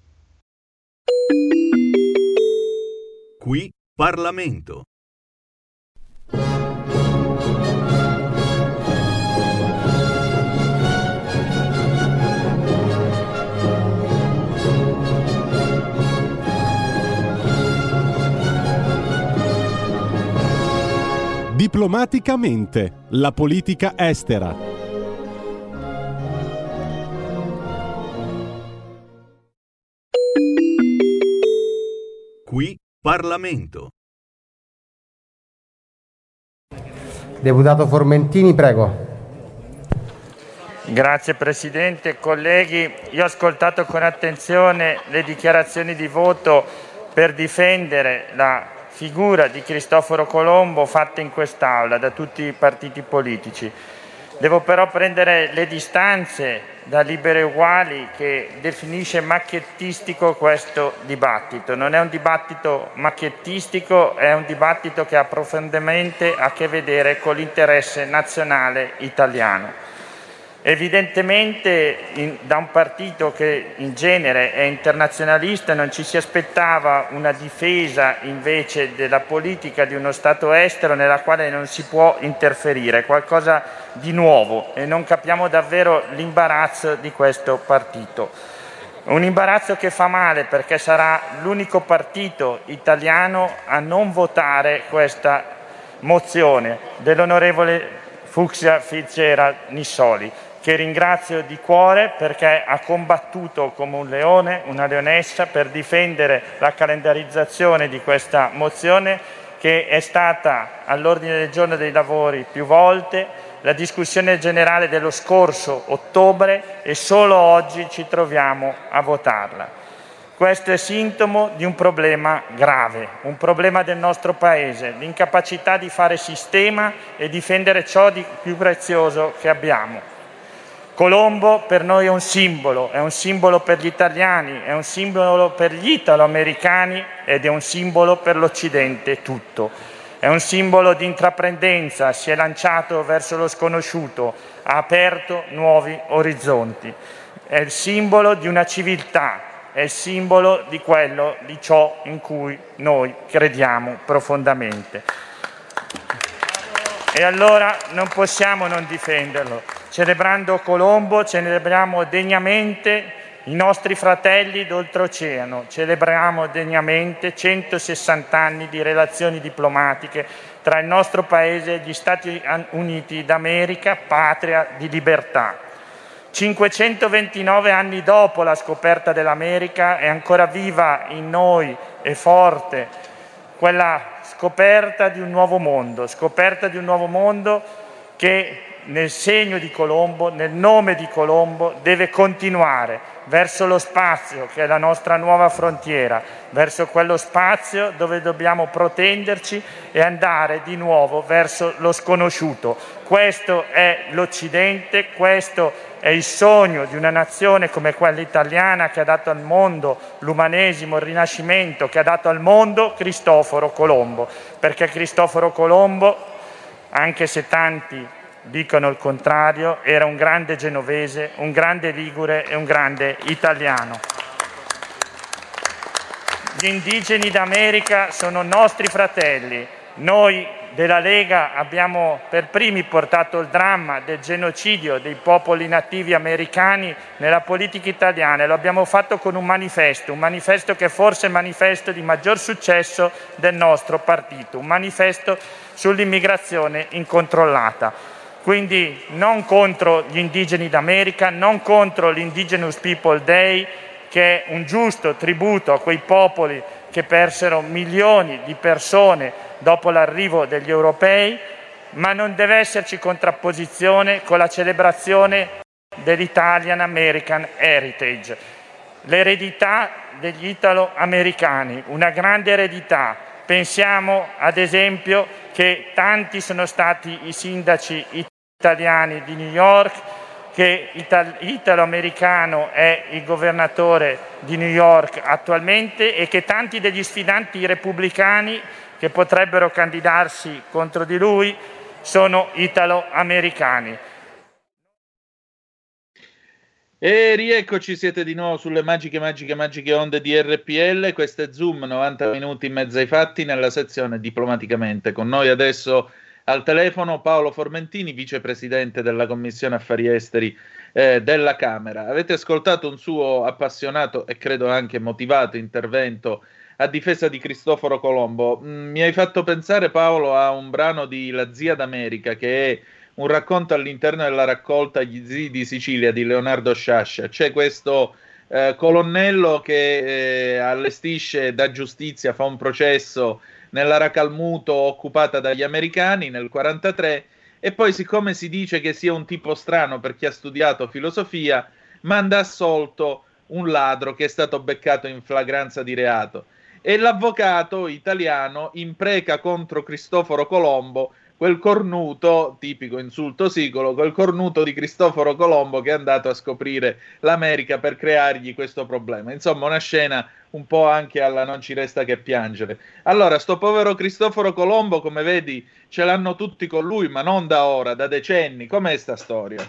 Qui Parlamento. Diplomaticamente, la politica estera. Qui Parlamento. Deputato Formentini, prego. Grazie Presidente, colleghi. Io ho ascoltato con attenzione le dichiarazioni di voto per difendere la figura di Cristoforo Colombo fatta in quest'Aula da tutti i partiti politici. Devo però prendere le distanze da Liberi e Uguali che definisce macchiettistico questo dibattito. Non è un dibattito macchiettistico, è un dibattito che ha profondamente a che vedere con l'interesse nazionale italiano. Evidentemente in, da un partito che in genere è internazionalista non ci si aspettava una difesa invece della politica di uno Stato estero nella quale non si può interferire, qualcosa di nuovo, e non capiamo davvero l'imbarazzo di questo partito. Un imbarazzo che fa male perché sarà l'unico partito italiano a non votare questa mozione dell'onorevole Fucsia Fitzgerald Nissoli, che ringrazio di cuore perché ha combattuto come un leone, una leonessa, per difendere la calendarizzazione di questa mozione che è stata all'ordine del giorno dei lavori più volte, la discussione generale dello scorso ottobre e solo oggi ci troviamo a votarla. Questo è sintomo di un problema grave, un problema del nostro Paese, l'incapacità di fare sistema e difendere ciò di più prezioso che abbiamo. Colombo per noi è un simbolo, è un simbolo per gli italiani, è un simbolo per gli italo-americani ed è un simbolo per l'Occidente tutto. È un simbolo di intraprendenza, si è lanciato verso lo sconosciuto, ha aperto nuovi orizzonti. È il simbolo di una civiltà, è il simbolo di quello, di ciò in cui noi crediamo profondamente. E allora non possiamo non difenderlo. Celebrando Colombo, celebriamo degnamente i nostri fratelli d'oltreoceano, celebriamo degnamente centosessanta anni di relazioni diplomatiche tra il nostro Paese e gli Stati Uniti d'America, patria di libertà. cinquecentoventinove anni dopo la scoperta dell'America è ancora viva in noi e forte quella scoperta di un nuovo mondo, scoperta di un nuovo mondo che nel segno di Colombo, nel nome di Colombo, deve continuare verso lo spazio che è la nostra nuova frontiera, verso quello spazio dove dobbiamo proteggerci e andare di nuovo verso lo sconosciuto. Questo è l'Occidente, questo è il sogno di una nazione come quella italiana che ha dato al mondo l'umanesimo, il Rinascimento, che ha dato al mondo Cristoforo Colombo, perché Cristoforo Colombo, anche se tanti dicono il contrario, era un grande genovese, un grande ligure e un grande italiano. Gli indigeni d'America sono nostri fratelli. Noi della Lega abbiamo per primi portato il dramma del genocidio dei popoli nativi americani nella politica italiana e lo abbiamo fatto con un manifesto, un manifesto che è forse il manifesto di maggior successo del nostro partito, un manifesto sull'immigrazione incontrollata. Quindi non contro gli indigeni d'America, non contro l'Indigenous People Day, che è un giusto tributo a quei popoli che persero milioni di persone dopo l'arrivo degli europei, ma non deve esserci contrapposizione con la celebrazione dell'Italian American Heritage, l'eredità degli italo-americani, una grande eredità. Pensiamo ad esempio che tanti sono stati i sindaci italiani di New York, che ital- italo-americano è il governatore di New York attualmente e che tanti degli sfidanti repubblicani che potrebbero candidarsi contro di lui sono italo-americani. E rieccoci, siete di nuovo sulle magiche, magiche, magiche onde di R P L. Questo è Zoom, novanta minuti in mezzo ai fatti, nella sezione Diplomaticamente. Con noi adesso al telefono Paolo Formentini, vicepresidente della Commissione Affari Esteri eh, della Camera. Avete ascoltato un suo appassionato e credo anche motivato intervento a difesa di Cristoforo Colombo. Mm, mi hai fatto pensare, Paolo, a un brano di La Zia d'America, che è un racconto all'interno della raccolta Gli zii di Sicilia di Leonardo Sciascia. C'è questo eh, colonnello che eh, allestisce da giustizia, fa un processo nella Racalmuto occupata dagli americani nel quarantatré, e poi, siccome si dice che sia un tipo strano per chi ha studiato filosofia, manda assolto un ladro che è stato beccato in flagranza di reato, e l'avvocato italiano impreca contro Cristoforo Colombo quel cornuto, tipico insulto sicolo, quel cornuto di Cristoforo Colombo che è andato a scoprire l'America per creargli questo problema. Insomma, una scena un po' anche alla Non ci resta che piangere. Allora, sto povero Cristoforo Colombo, come vedi, ce l'hanno tutti con lui, ma non da ora, da decenni. Com'è sta storia?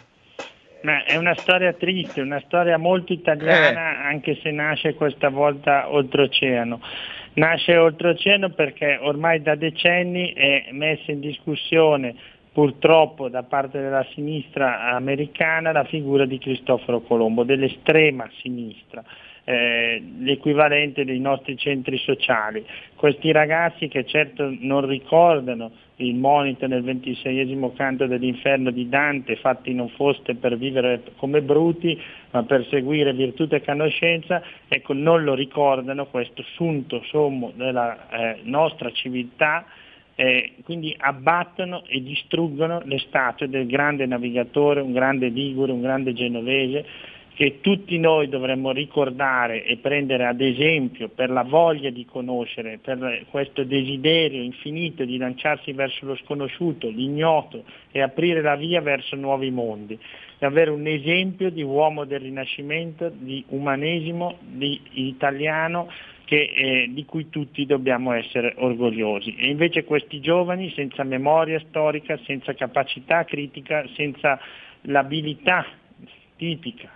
Ma è una storia triste, una storia molto italiana, eh. anche se nasce questa volta oltreoceano. Nasce oltreoceano perché ormai da decenni è messa in discussione, purtroppo da parte della sinistra americana, la figura di Cristoforo Colombo, dell'estrema sinistra, eh, l'equivalente dei nostri centri sociali. Questi ragazzi che certo non ricordano il monito nel ventiseiesimo canto dell'inferno di Dante, fatti non foste per vivere come bruti, ma per seguire virtù e conoscenza, ecco, non lo ricordano questo sunto sommo della eh, nostra civiltà, eh, quindi abbattono e distruggono le statue del grande navigatore, un grande ligure, un grande genovese, che tutti noi dovremmo ricordare e prendere ad esempio per la voglia di conoscere, per questo desiderio infinito di lanciarsi verso lo sconosciuto, l'ignoto e aprire la via verso nuovi mondi. Davvero un esempio di uomo del Rinascimento, di umanesimo, di italiano, che, eh, di cui tutti dobbiamo essere orgogliosi. E invece questi giovani, senza memoria storica, senza capacità critica, senza l'abilità tipica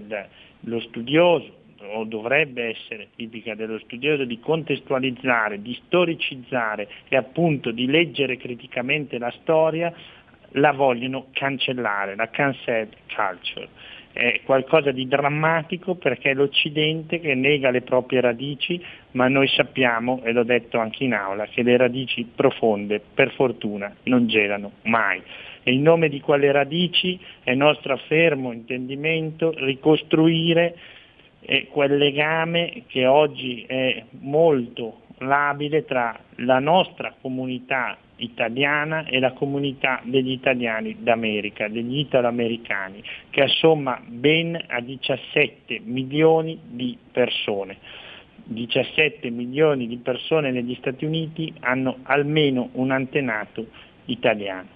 dello studioso, o dovrebbe essere tipica dello studioso, di contestualizzare, di storicizzare e appunto di leggere criticamente la storia, la vogliono cancellare, la cancel culture. È qualcosa di drammatico perché è l'Occidente che nega le proprie radici, ma noi sappiamo, e l'ho detto anche in aula, che le radici profonde per fortuna non gelano mai. E in nome di quelle radici è nostro fermo intendimento ricostruire eh, quel legame che oggi è molto labile tra la nostra comunità italiana e la comunità degli italiani d'America, degli italo-americani, che assomma ben a diciassette milioni di persone. diciassette milioni di persone negli Stati Uniti hanno almeno un antenato italiano.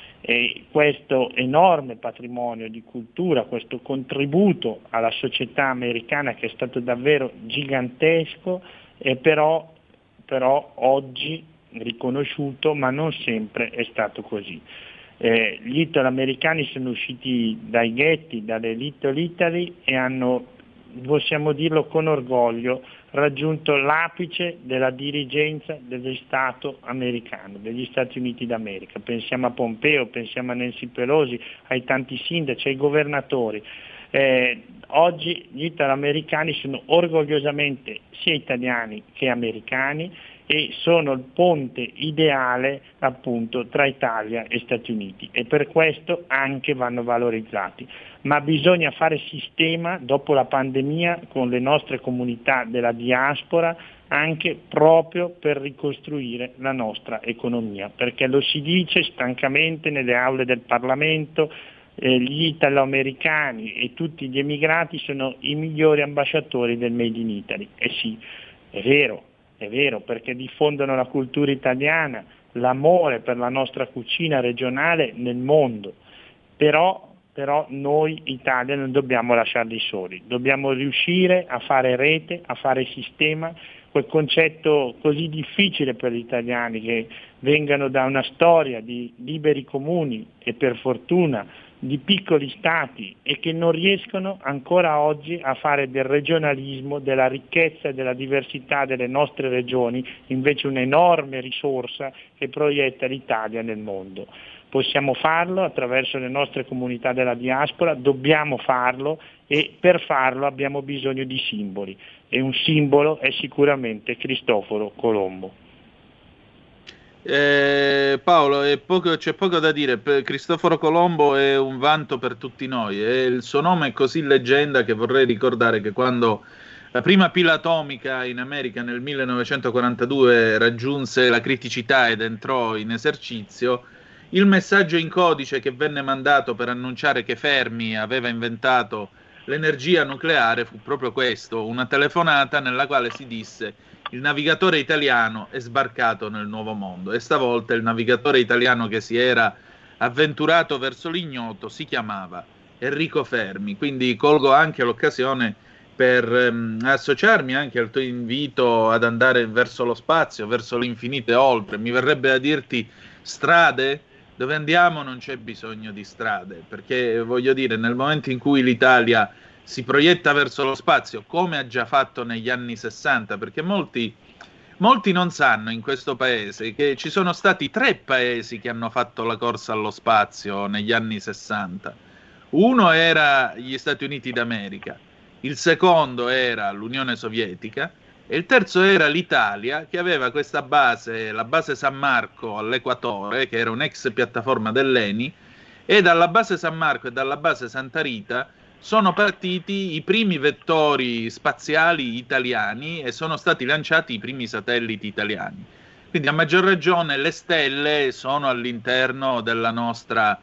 E questo enorme patrimonio di cultura, questo contributo alla società americana che è stato davvero gigantesco, è però, però oggi riconosciuto, ma non sempre è stato così. Eh, gli italo-americani sono usciti dai ghetti, dalle Little Italy, e hanno, possiamo dirlo con orgoglio, raggiunto l'apice della dirigenza dello Stato americano, degli Stati Uniti d'America. Pensiamo a Pompeo, pensiamo a Nancy Pelosi, ai tanti sindaci, ai governatori. Eh, oggi gli italo-americani sono orgogliosamente sia italiani che americani e sono il ponte ideale appunto tra Italia e Stati Uniti, e per questo anche vanno valorizzati. Ma bisogna fare sistema dopo la pandemia con le nostre comunità della diaspora, anche proprio per ricostruire la nostra economia, perché lo si dice stancamente nelle aule del Parlamento, eh, gli italo-americani e tutti gli emigrati sono i migliori ambasciatori del Made in Italy. E sì, è vero, è vero, perché diffondono la cultura italiana, l'amore per la nostra cucina regionale nel mondo, però Però noi Italia non dobbiamo lasciarli soli, dobbiamo riuscire a fare rete, a fare sistema, quel concetto così difficile per gli italiani che vengano da una storia di liberi comuni e per fortuna di piccoli stati e che non riescono ancora oggi a fare del regionalismo, della ricchezza e della diversità delle nostre regioni invece un'enorme risorsa che proietta l'Italia nel mondo. Possiamo farlo attraverso le nostre comunità della diaspora, dobbiamo farlo e per farlo abbiamo bisogno di simboli e un simbolo è sicuramente Cristoforo Colombo. Eh, Paolo, è poco, c'è poco da dire. Cristoforo Colombo è un vanto per tutti noi e il suo nome è così leggenda che vorrei ricordare che quando la prima pila atomica in America nel millenovecentoquarantadue raggiunse la criticità ed entrò in esercizio, il messaggio in codice che venne mandato per annunciare che Fermi aveva inventato l'energia nucleare fu proprio questo, una telefonata nella quale si disse: il navigatore italiano è sbarcato nel nuovo mondo. E stavolta il navigatore italiano che si era avventurato verso l'ignoto si chiamava Enrico Fermi. Quindi colgo anche l'occasione per ehm, associarmi anche al tuo invito ad andare verso lo spazio, verso l'infinito e oltre. Mi verrebbe a dirti: strade? Dove andiamo non c'è bisogno di strade, perché voglio dire, nel momento in cui l'Italia si proietta verso lo spazio, come ha già fatto negli anni sessanta, perché molti, molti non sanno in questo paese che ci sono stati tre paesi che hanno fatto la corsa allo spazio negli anni sessanta. Uno era gli Stati Uniti d'America, il secondo era l'Unione Sovietica, e il terzo era l'Italia, che aveva questa base, la base San Marco all'Equatore, che era un'ex piattaforma dell'Eni, e dalla base San Marco e dalla base Santa Rita sono partiti i primi vettori spaziali italiani e sono stati lanciati i primi satelliti italiani. Quindi a maggior ragione le stelle sono all'interno della nostra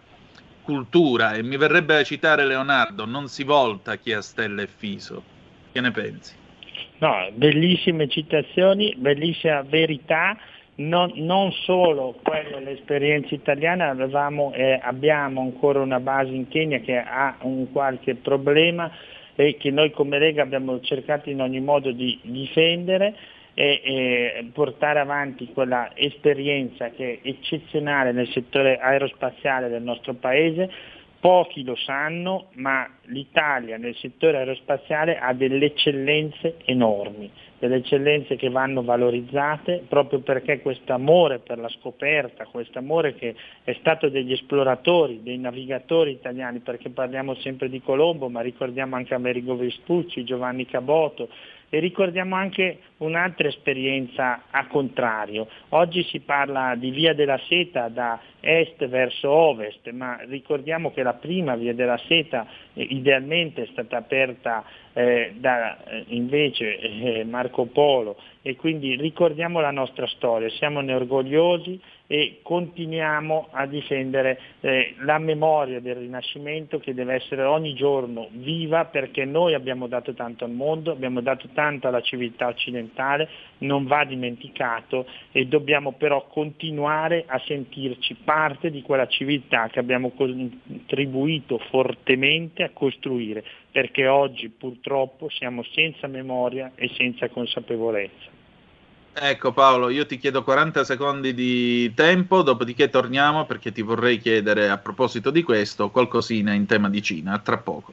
cultura e mi verrebbe a citare Leonardo: non si volta chi ha stelle e fiso. Che ne pensi? No, bellissime citazioni, bellissima verità, non, non solo quella l'esperienza italiana, avevamo, eh, abbiamo ancora una base in Kenya che ha un qualche problema e che noi come Lega abbiamo cercato in ogni modo di difendere e, e portare avanti quella esperienza che è eccezionale nel settore aerospaziale del nostro paese. Pochi lo sanno, ma l'Italia nel settore aerospaziale ha delle eccellenze enormi, delle eccellenze che vanno valorizzate proprio perché questo amore per la scoperta, questo amore che è stato degli esploratori, dei navigatori italiani, perché parliamo sempre di Colombo, ma ricordiamo anche Amerigo Vespucci, Giovanni Caboto, e ricordiamo anche un'altra esperienza a contrario. Oggi si parla di Via della Seta da est verso ovest, ma ricordiamo che la prima Via della Seta eh, idealmente è stata aperta eh, da eh, invece eh, Marco Polo, e quindi ricordiamo la nostra storia, siamone orgogliosi e continuiamo a difendere eh, la memoria del Rinascimento, che deve essere ogni giorno viva, perché noi abbiamo dato tanto al mondo, abbiamo dato tanto alla civiltà occidentale, non va dimenticato, e dobbiamo però continuare a sentirci parte di quella civiltà che abbiamo contribuito fortemente a costruire, perché oggi purtroppo siamo senza memoria e senza consapevolezza. Ecco Paolo, io ti chiedo quaranta secondi di tempo, dopodiché torniamo perché ti vorrei chiedere a proposito di questo qualcosina in tema di Cina. A tra poco.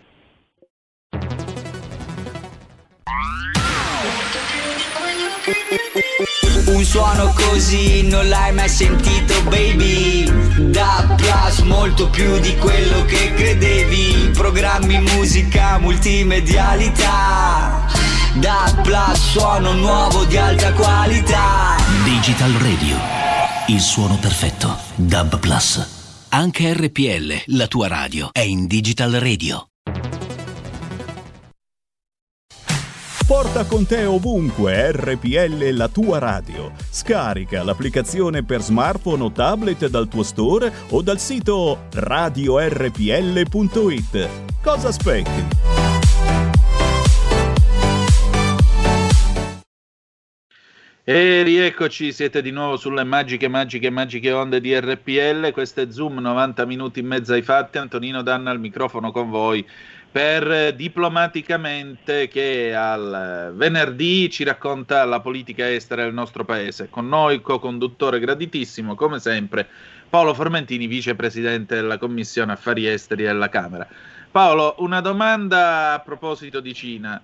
Un suono così non l'hai mai sentito, baby. Da Plus, molto più di quello che credevi. Programmi, musica, multimedialità. Da Plus, suono nuovo di alta qualità. Digital Radio, il suono perfetto. Dub Plus. Anche R P L, la tua radio, è in Digital Radio. Porta con te ovunque R P L, la tua radio. Scarica l'applicazione per smartphone o tablet dal tuo store o dal sito radio r p l punto i t. Cosa aspetti? E rieccoci, siete di nuovo sulle magiche, magiche, magiche onde di R P L. Questo è Zoom, novanta minuti in mezzo ai fatti. Antonino Danna al microfono con voi per Diplomaticamente, che al venerdì ci racconta la politica estera del nostro paese. Con noi il co-conduttore graditissimo, come sempre, Paolo Formentini, vicepresidente della Commissione Affari Esteri della Camera. Paolo, una domanda a proposito di Cina.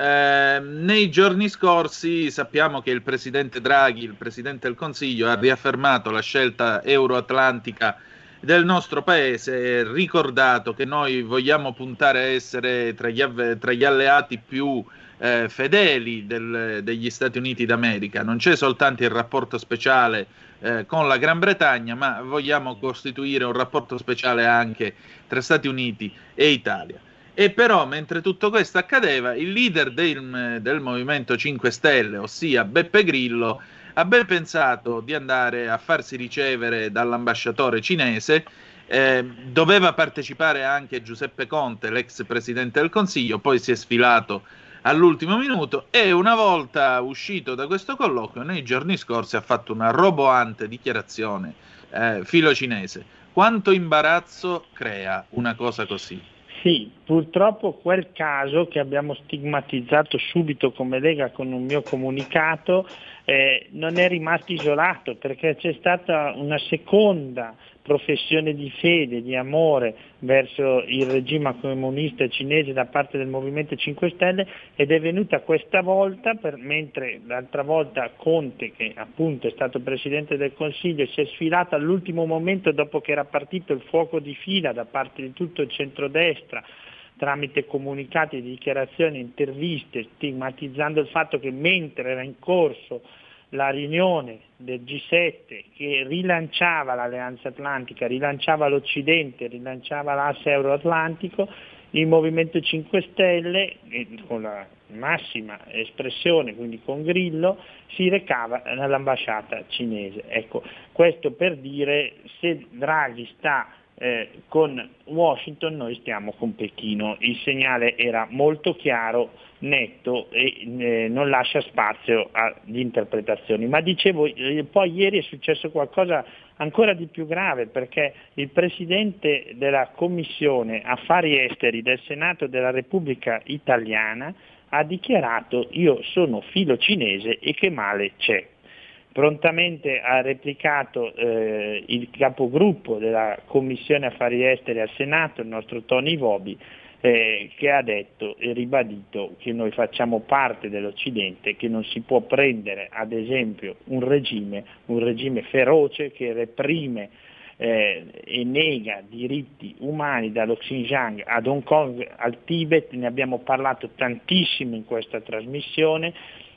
Eh, nei giorni scorsi sappiamo che il presidente Draghi, il presidente del Consiglio, ha riaffermato la scelta euroatlantica del nostro paese, ricordato che noi vogliamo puntare a essere tra gli, avve- tra gli alleati più eh, fedeli del, degli Stati Uniti d'America. Non c'è soltanto il rapporto speciale eh, con la Gran Bretagna, ma vogliamo costituire un rapporto speciale anche tra Stati Uniti e Italia. E però, mentre tutto questo accadeva, il leader del, del Movimento cinque Stelle, ossia Beppe Grillo, ha ben pensato di andare a farsi ricevere dall'ambasciatore cinese. Eh, doveva partecipare anche Giuseppe Conte, l'ex presidente del Consiglio, poi si è sfilato all'ultimo minuto, e una volta uscito da questo colloquio, nei giorni scorsi ha fatto una roboante dichiarazione eh, filo-cinese. Quanto imbarazzo crea una cosa così? Sì, purtroppo quel caso che abbiamo stigmatizzato subito come Lega con un mio comunicato eh, non è rimasto isolato, perché c'è stata una seconda professione di fede, di amore verso il regime comunista cinese da parte del Movimento cinque Stelle, ed è venuta questa volta, per, mentre l'altra volta Conte, che appunto è stato Presidente del Consiglio, si è sfilato all'ultimo momento dopo che era partito il fuoco di fila da parte di tutto il centrodestra, tramite comunicati, dichiarazioni, interviste, stigmatizzando il fatto che mentre era in corso la riunione del G sette che rilanciava l'Alleanza Atlantica, rilanciava l'Occidente, rilanciava l'asse euroatlantico, il Movimento cinque Stelle, con la massima espressione, quindi con Grillo, si recava nell'ambasciata cinese. Ecco, questo per dire, se Draghi sta eh, con Washington, noi stiamo con Pechino. Il segnale era molto chiaro, netto, e eh, non lascia spazio agli interpretazioni. Ma dicevo, eh, poi ieri è successo qualcosa ancora di più grave, perché il Presidente della Commissione Affari Esteri del Senato della Repubblica Italiana ha dichiarato: io sono filo cinese e che male c'è. Prontamente ha replicato eh, il capogruppo della Commissione Affari Esteri al Senato, il nostro Tony Vobi, eh, che ha detto e ribadito che noi facciamo parte dell'Occidente, che non si può prendere ad esempio un regime, un regime feroce che reprime eh, e nega diritti umani dallo Xinjiang ad Hong Kong al Tibet. Ne abbiamo parlato tantissimo in questa trasmissione,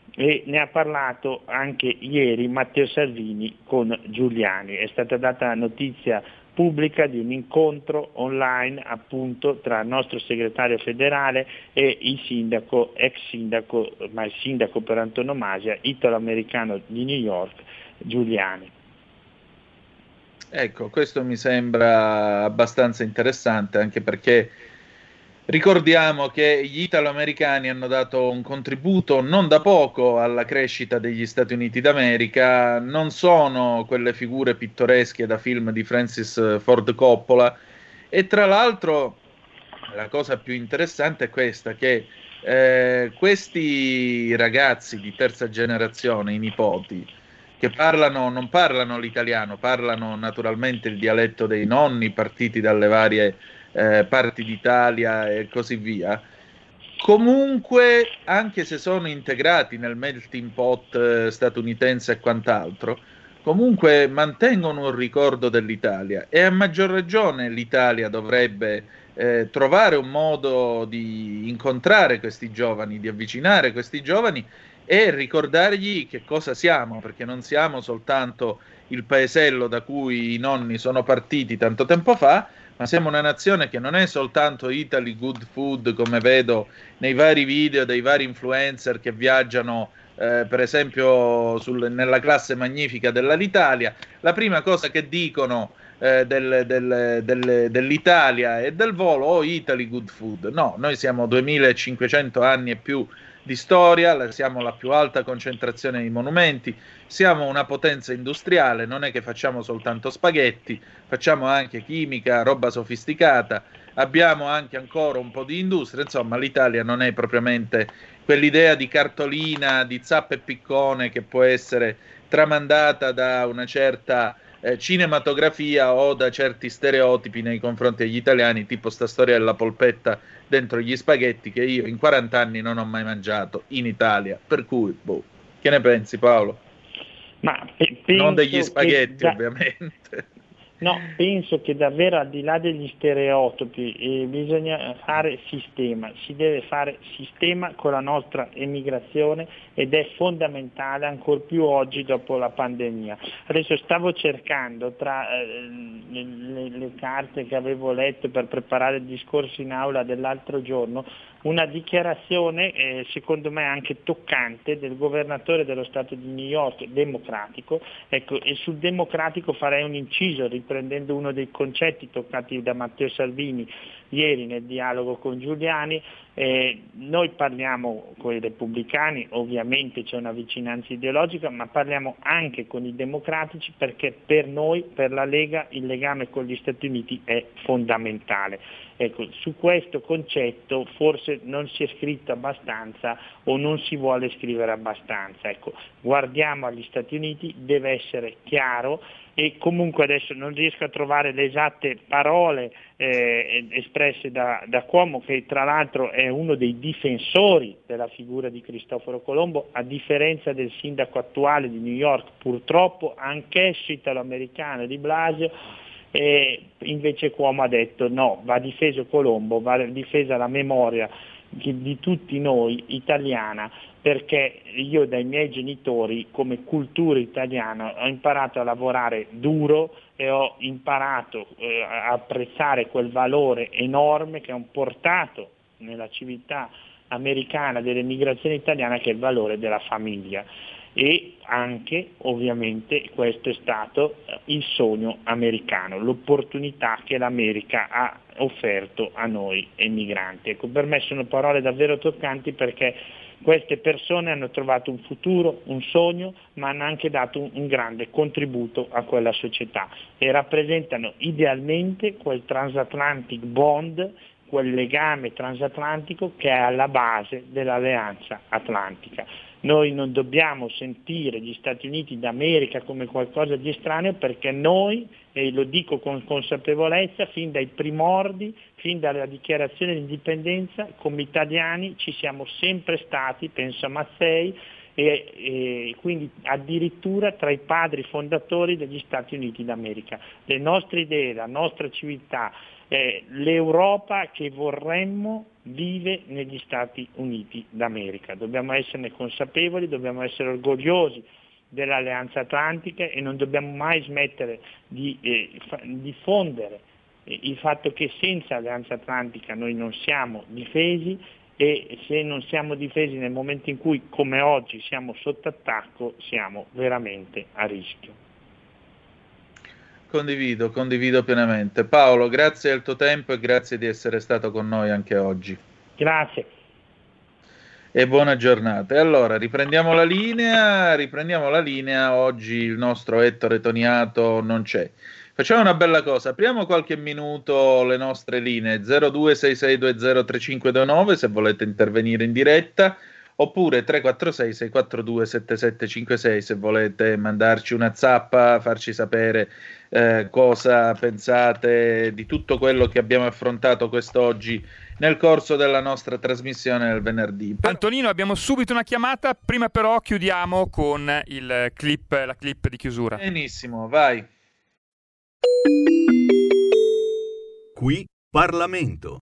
e ne ha parlato anche ieri Matteo Salvini con Giuliani. È stata data notizia pubblica di un incontro online appunto tra il nostro segretario federale e il sindaco, ex sindaco, ma il sindaco per antonomasia, italo-americano di New York, Giuliani. Ecco, questo mi sembra abbastanza interessante, anche perché ricordiamo che gli italo-americani hanno dato un contributo non da poco alla crescita degli Stati Uniti d'America, non sono quelle figure pittoresche da film di Francis Ford Coppola, e tra l'altro la cosa più interessante è questa, che eh, questi ragazzi di terza generazione, i nipoti, che parlano, non parlano l'italiano, parlano naturalmente il dialetto dei nonni partiti dalle varie Eh, parti d'Italia e così via, comunque anche se sono integrati nel melting pot eh, statunitense e quant'altro, comunque mantengono un ricordo dell'Italia, e a maggior ragione l'Italia dovrebbe eh, trovare un modo di incontrare questi giovani, di avvicinare questi giovani e ricordargli che cosa siamo, perché non siamo soltanto il paesello da cui i nonni sono partiti tanto tempo fa, ma siamo una nazione che non è soltanto Italy good food, come vedo nei vari video dei vari influencer che viaggiano eh, per esempio sul, nella classe magnifica dell'Alitalia. La prima cosa che dicono eh, del, del, del, dell'Italia e del volo, oh, Italy good food. No, noi siamo duemilacinquecento anni e più di storia, siamo la più alta concentrazione di monumenti, siamo una potenza industriale, non è che facciamo soltanto spaghetti, facciamo anche chimica, roba sofisticata, abbiamo anche ancora un po' di industria, insomma l'Italia non è propriamente quell'idea di cartolina, di zappa e piccone che può essere tramandata da una certa eh, cinematografia o da certi stereotipi nei confronti degli italiani, tipo sta storia della polpetta dentro gli spaghetti che io in quaranta anni non ho mai mangiato in Italia, per cui boh, che ne pensi Paolo? Ma pe- non degli spaghetti da... ovviamente. No, penso che davvero al di là degli stereotipi eh, bisogna fare sistema, si deve fare sistema con la nostra emigrazione ed è fondamentale ancor più oggi dopo la pandemia. Adesso stavo cercando tra eh, le, le carte che avevo letto per preparare il discorso in aula dell'altro giorno, una dichiarazione eh, secondo me anche toccante del governatore dello Stato di New York, democratico, ecco, e sul democratico farei un inciso riprendendo uno dei concetti toccati da Matteo Salvini ieri nel dialogo con Giuliani. Eh, noi parliamo con i repubblicani, ovviamente c'è una vicinanza ideologica, ma parliamo anche con i democratici perché per noi, per la Lega, il legame con gli Stati Uniti è fondamentale. Ecco, su questo concetto forse non si è scritto abbastanza o non si vuole scrivere abbastanza. Ecco, guardiamo agli Stati Uniti, deve essere chiaro, e comunque adesso non riesco a trovare le esatte parole eh, espresse da, da Cuomo, che tra l'altro è uno dei difensori della figura di Cristoforo Colombo, a differenza del sindaco attuale di New York, purtroppo anch'esso italo-americano, di Blasio. E invece Cuomo ha detto no, va difeso Colombo, va difesa la memoria di tutti noi italiana, perché io dai miei genitori come cultura italiana ho imparato a lavorare duro e ho imparato eh, a apprezzare quel valore enorme che ho portato nella civiltà americana dell'emigrazione italiana, che è il valore della famiglia. E anche ovviamente questo è stato il sogno americano, l'opportunità che l'America ha offerto a noi emigranti. Ecco, per me sono parole davvero toccanti, perché queste persone hanno trovato un futuro, un sogno, ma hanno anche dato un, un grande contributo a quella società e rappresentano idealmente quel transatlantic bond, quel legame transatlantico che è alla base dell'alleanza atlantica. Noi non dobbiamo sentire gli Stati Uniti d'America come qualcosa di estraneo, perché noi, e lo dico con consapevolezza, fin dai primordi, fin dalla dichiarazione di indipendenza, come italiani ci siamo sempre stati, penso a Mazzei, e, e quindi addirittura tra i padri fondatori degli Stati Uniti d'America. Le nostre idee, la nostra civiltà, eh, l'Europa che vorremmo vive negli Stati Uniti d'America. Dobbiamo esserne consapevoli, dobbiamo essere orgogliosi dell'Alleanza Atlantica e non dobbiamo mai smettere di eh, fa- diffondere eh, il fatto che senza Alleanza Atlantica noi non siamo difesi, e se non siamo difesi nel momento in cui, come oggi, siamo sotto attacco, siamo veramente a rischio. Condivido, condivido pienamente. Paolo, grazie del tuo tempo e grazie di essere stato con noi anche oggi. Grazie. E buona giornata. E allora, riprendiamo la linea, riprendiamo la linea. Oggi il nostro Ettore Toniato non c'è. Facciamo una bella cosa, apriamo qualche minuto le nostre linee zero due sei sei due zero tre cinque due nove se volete intervenire in diretta, oppure tre quattro sei sei quattro due sette sette cinque sei se volete mandarci una zappa, farci sapere eh, cosa pensate di tutto quello che abbiamo affrontato quest'oggi nel corso della nostra trasmissione del venerdì. Antonino, abbiamo subito una chiamata, prima però chiudiamo con il clip, la clip di chiusura. Benissimo, vai. Qui Parlamento.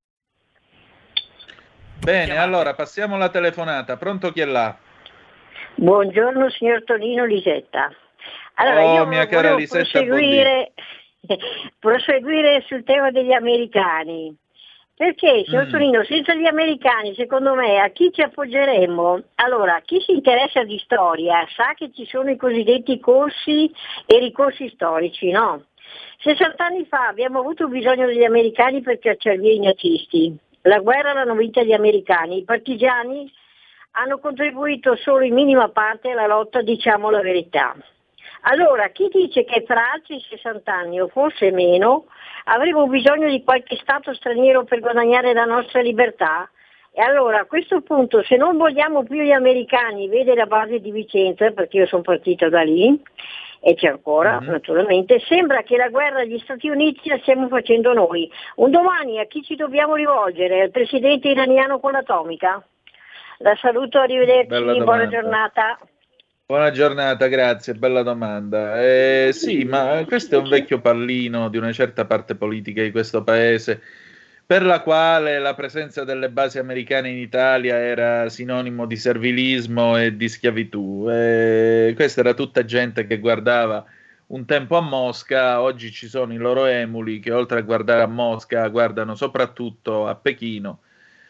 Bene, allora passiamo alla telefonata. Pronto, chi è là? Buongiorno signor Tonino, Lisetta. Allora, oh, io mia cara Lisetta, proseguire, proseguire sul tema degli americani. Perché, signor mm. Tonino, senza gli americani, secondo me, a chi ci appoggeremmo? Allora, chi si interessa di storia sa che ci sono i cosiddetti corsi e ricorsi storici, no? sessanta anni fa abbiamo avuto bisogno degli americani per cacciare via i nazisti. La guerra l'hanno vinta gli americani, i partigiani hanno contribuito solo in minima parte alla lotta, diciamo la verità. Allora, chi dice che fra altri sessanta anni o forse meno avremo bisogno di qualche stato straniero per guadagnare la nostra libertà? E allora a questo punto, se non vogliamo più gli americani, vede la base di Vicenza, perché io sono partita da lì, e c'è ancora, mm-hmm. naturalmente, sembra che la guerra agli Stati Uniti la stiamo facendo noi. Un domani a chi ci dobbiamo rivolgere? Al presidente iraniano con l'atomica? La saluto, arrivederci, buona giornata. Buona giornata, grazie, bella domanda. Eh, sì, ma questo è un vecchio pallino di una certa parte politica di questo paese, per la quale la presenza delle basi americane in Italia era sinonimo di servilismo e di schiavitù. E questa era tutta gente che guardava un tempo a Mosca, oggi ci sono i loro emuli che oltre a guardare a Mosca guardano soprattutto a Pechino.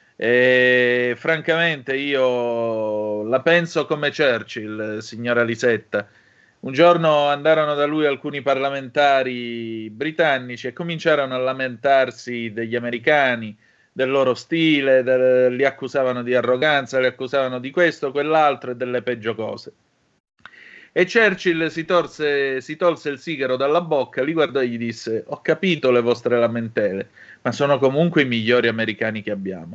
E francamente io la penso come Churchill, signora Lisetta. Un giorno andarono da lui alcuni parlamentari britannici e cominciarono a lamentarsi degli americani, del loro stile, del, li accusavano di arroganza, li accusavano di questo, quell'altro e delle peggio cose. E Churchill si, torse, si tolse il sigaro dalla bocca, li guardò e gli disse: ho capito le vostre lamentele, ma sono comunque i migliori americani che abbiamo.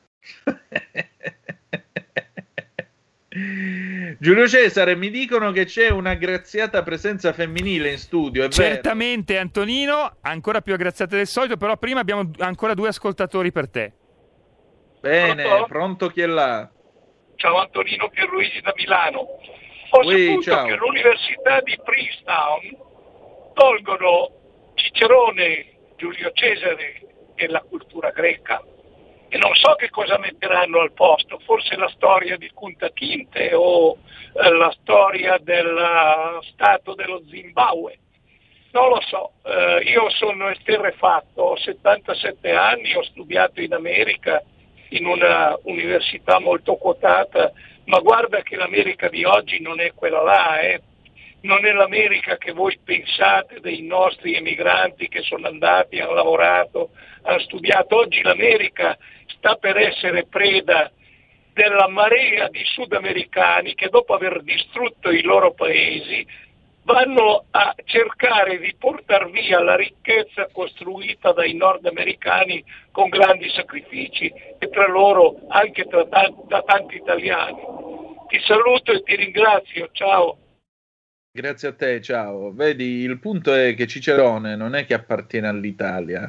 Giulio Cesare, mi dicono che c'è una graziata presenza femminile in studio, è certamente vero? Antonino, ancora più aggraziata del solito, però prima abbiamo ancora due ascoltatori per te. Bene, pronto, pronto chi è là? Ciao Antonino Pierluigi da Milano. Ho Ui, saputo ciao. che all'Università di Princeton tolgono Cicerone, Giulio Cesare e la cultura greca. E non so che cosa metteranno al posto, forse la storia di Kunta Kinte o eh, la storia del Stato dello Zimbabwe. Non lo so, eh, io sono esterrefatto, ho settantasette anni, ho studiato in America in una università molto quotata, ma guarda che l'America di oggi non è quella là, eh. Non è l'America che voi pensate dei nostri emigranti che sono andati, hanno lavorato, hanno studiato. Oggi l'America sta per essere preda della marea di sudamericani che dopo aver distrutto i loro paesi vanno a cercare di portare via la ricchezza costruita dai nordamericani con grandi sacrifici e tra loro anche tra t- da tanti italiani. Ti saluto e ti ringrazio, ciao. Grazie a te, ciao. Vedi, il punto è che Cicerone non è che appartiene all'Italia.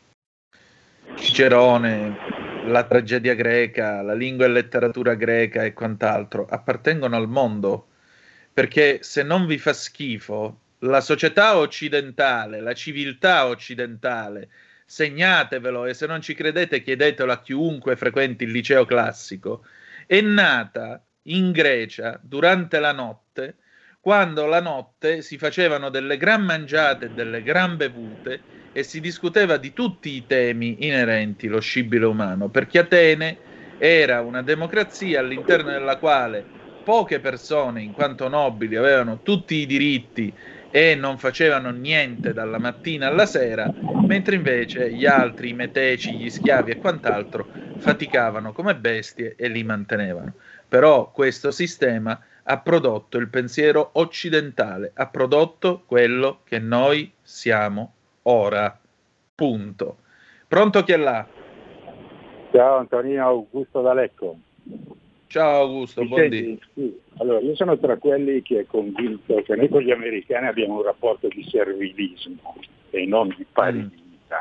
Cicerone, la tragedia greca, la lingua e letteratura greca e quant'altro appartengono al mondo, perché se non vi fa schifo la società occidentale, la civiltà occidentale, segnatevelo, e se non ci credete chiedetelo a chiunque frequenti il liceo classico, è nata in Grecia durante la notte quando la notte si facevano delle gran mangiate e delle gran bevute e si discuteva di tutti i temi inerenti allo scibile umano, perché Atene era una democrazia all'interno della quale poche persone, in quanto nobili, avevano tutti i diritti e non facevano niente dalla mattina alla sera, mentre invece gli altri, i meteci, gli schiavi e quant'altro, faticavano come bestie e li mantenevano. Però questo sistema ha prodotto il pensiero occidentale, ha prodotto quello che noi siamo ora. Punto. Pronto, chi è là? Ciao Antonino, Augusto da Lecco. Ciao Augusto, Mi buondì. senti? Sì. Allora, io sono tra quelli che è convinto che noi con gli americani abbiamo un rapporto di servilismo e non di pari Mm. dignità.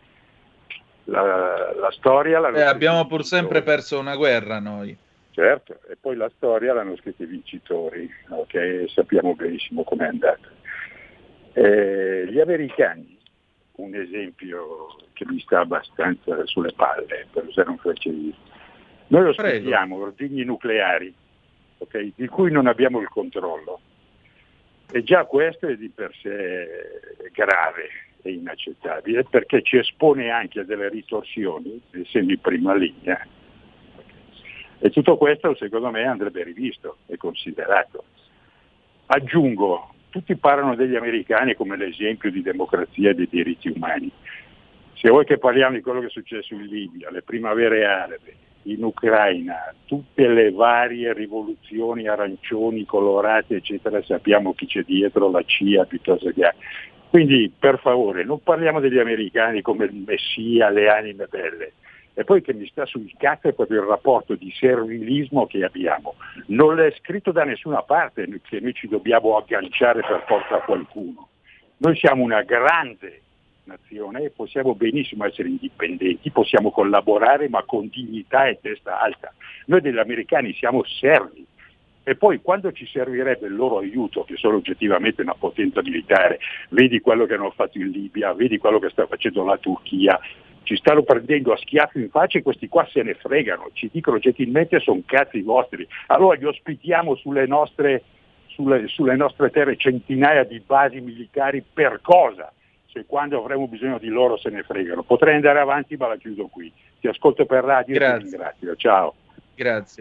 La, la storia l'hanno Eh, scritta abbiamo i pur vincitori. sempre perso una guerra noi. Certo, e poi la storia l'hanno scritta i vincitori, ok? Sappiamo benissimo com'è andata. Eh, gli americani, un esempio che mi sta abbastanza sulle palle, per usare un francesismo, noi ospitiamo ordigni nucleari, okay, di cui non abbiamo il controllo, e già questo è di per sé grave e inaccettabile, perché ci espone anche a delle ritorsioni, essendo in prima linea, e tutto questo secondo me andrebbe rivisto e considerato. Aggiungo, tutti parlano degli americani come l'esempio di democrazia e dei diritti umani. Se vuoi che parliamo di quello che è successo in Libia, le primavere arabe, in Ucraina, tutte le varie rivoluzioni arancioni, colorate, eccetera, sappiamo chi c'è dietro, la C I A piuttosto che altro. Quindi, per favore, non parliamo degli americani come il messia, le anime belle. E poi che mi sta sul cazzo è proprio il rapporto di servilismo che abbiamo. Non è scritto da nessuna parte che noi ci dobbiamo agganciare per forza a qualcuno. Noi siamo una grande nazione e possiamo benissimo essere indipendenti, possiamo collaborare ma con dignità e testa alta. Noi degli americani siamo servi e poi quando ci servirebbe il loro aiuto, che sono oggettivamente una potenza militare, vedi quello che hanno fatto in Libia, vedi quello che sta facendo la Turchia, ci stanno prendendo a schiaffi in faccia e questi qua se ne fregano, ci dicono gentilmente sono cazzi vostri, allora li ospitiamo sulle nostre, sulle, sulle nostre terre centinaia di basi militari per cosa? Se quando avremo bisogno di loro se ne fregano. Potrei andare avanti ma la chiudo qui, ti ascolto per radio e ti ringrazio, ciao. Grazie.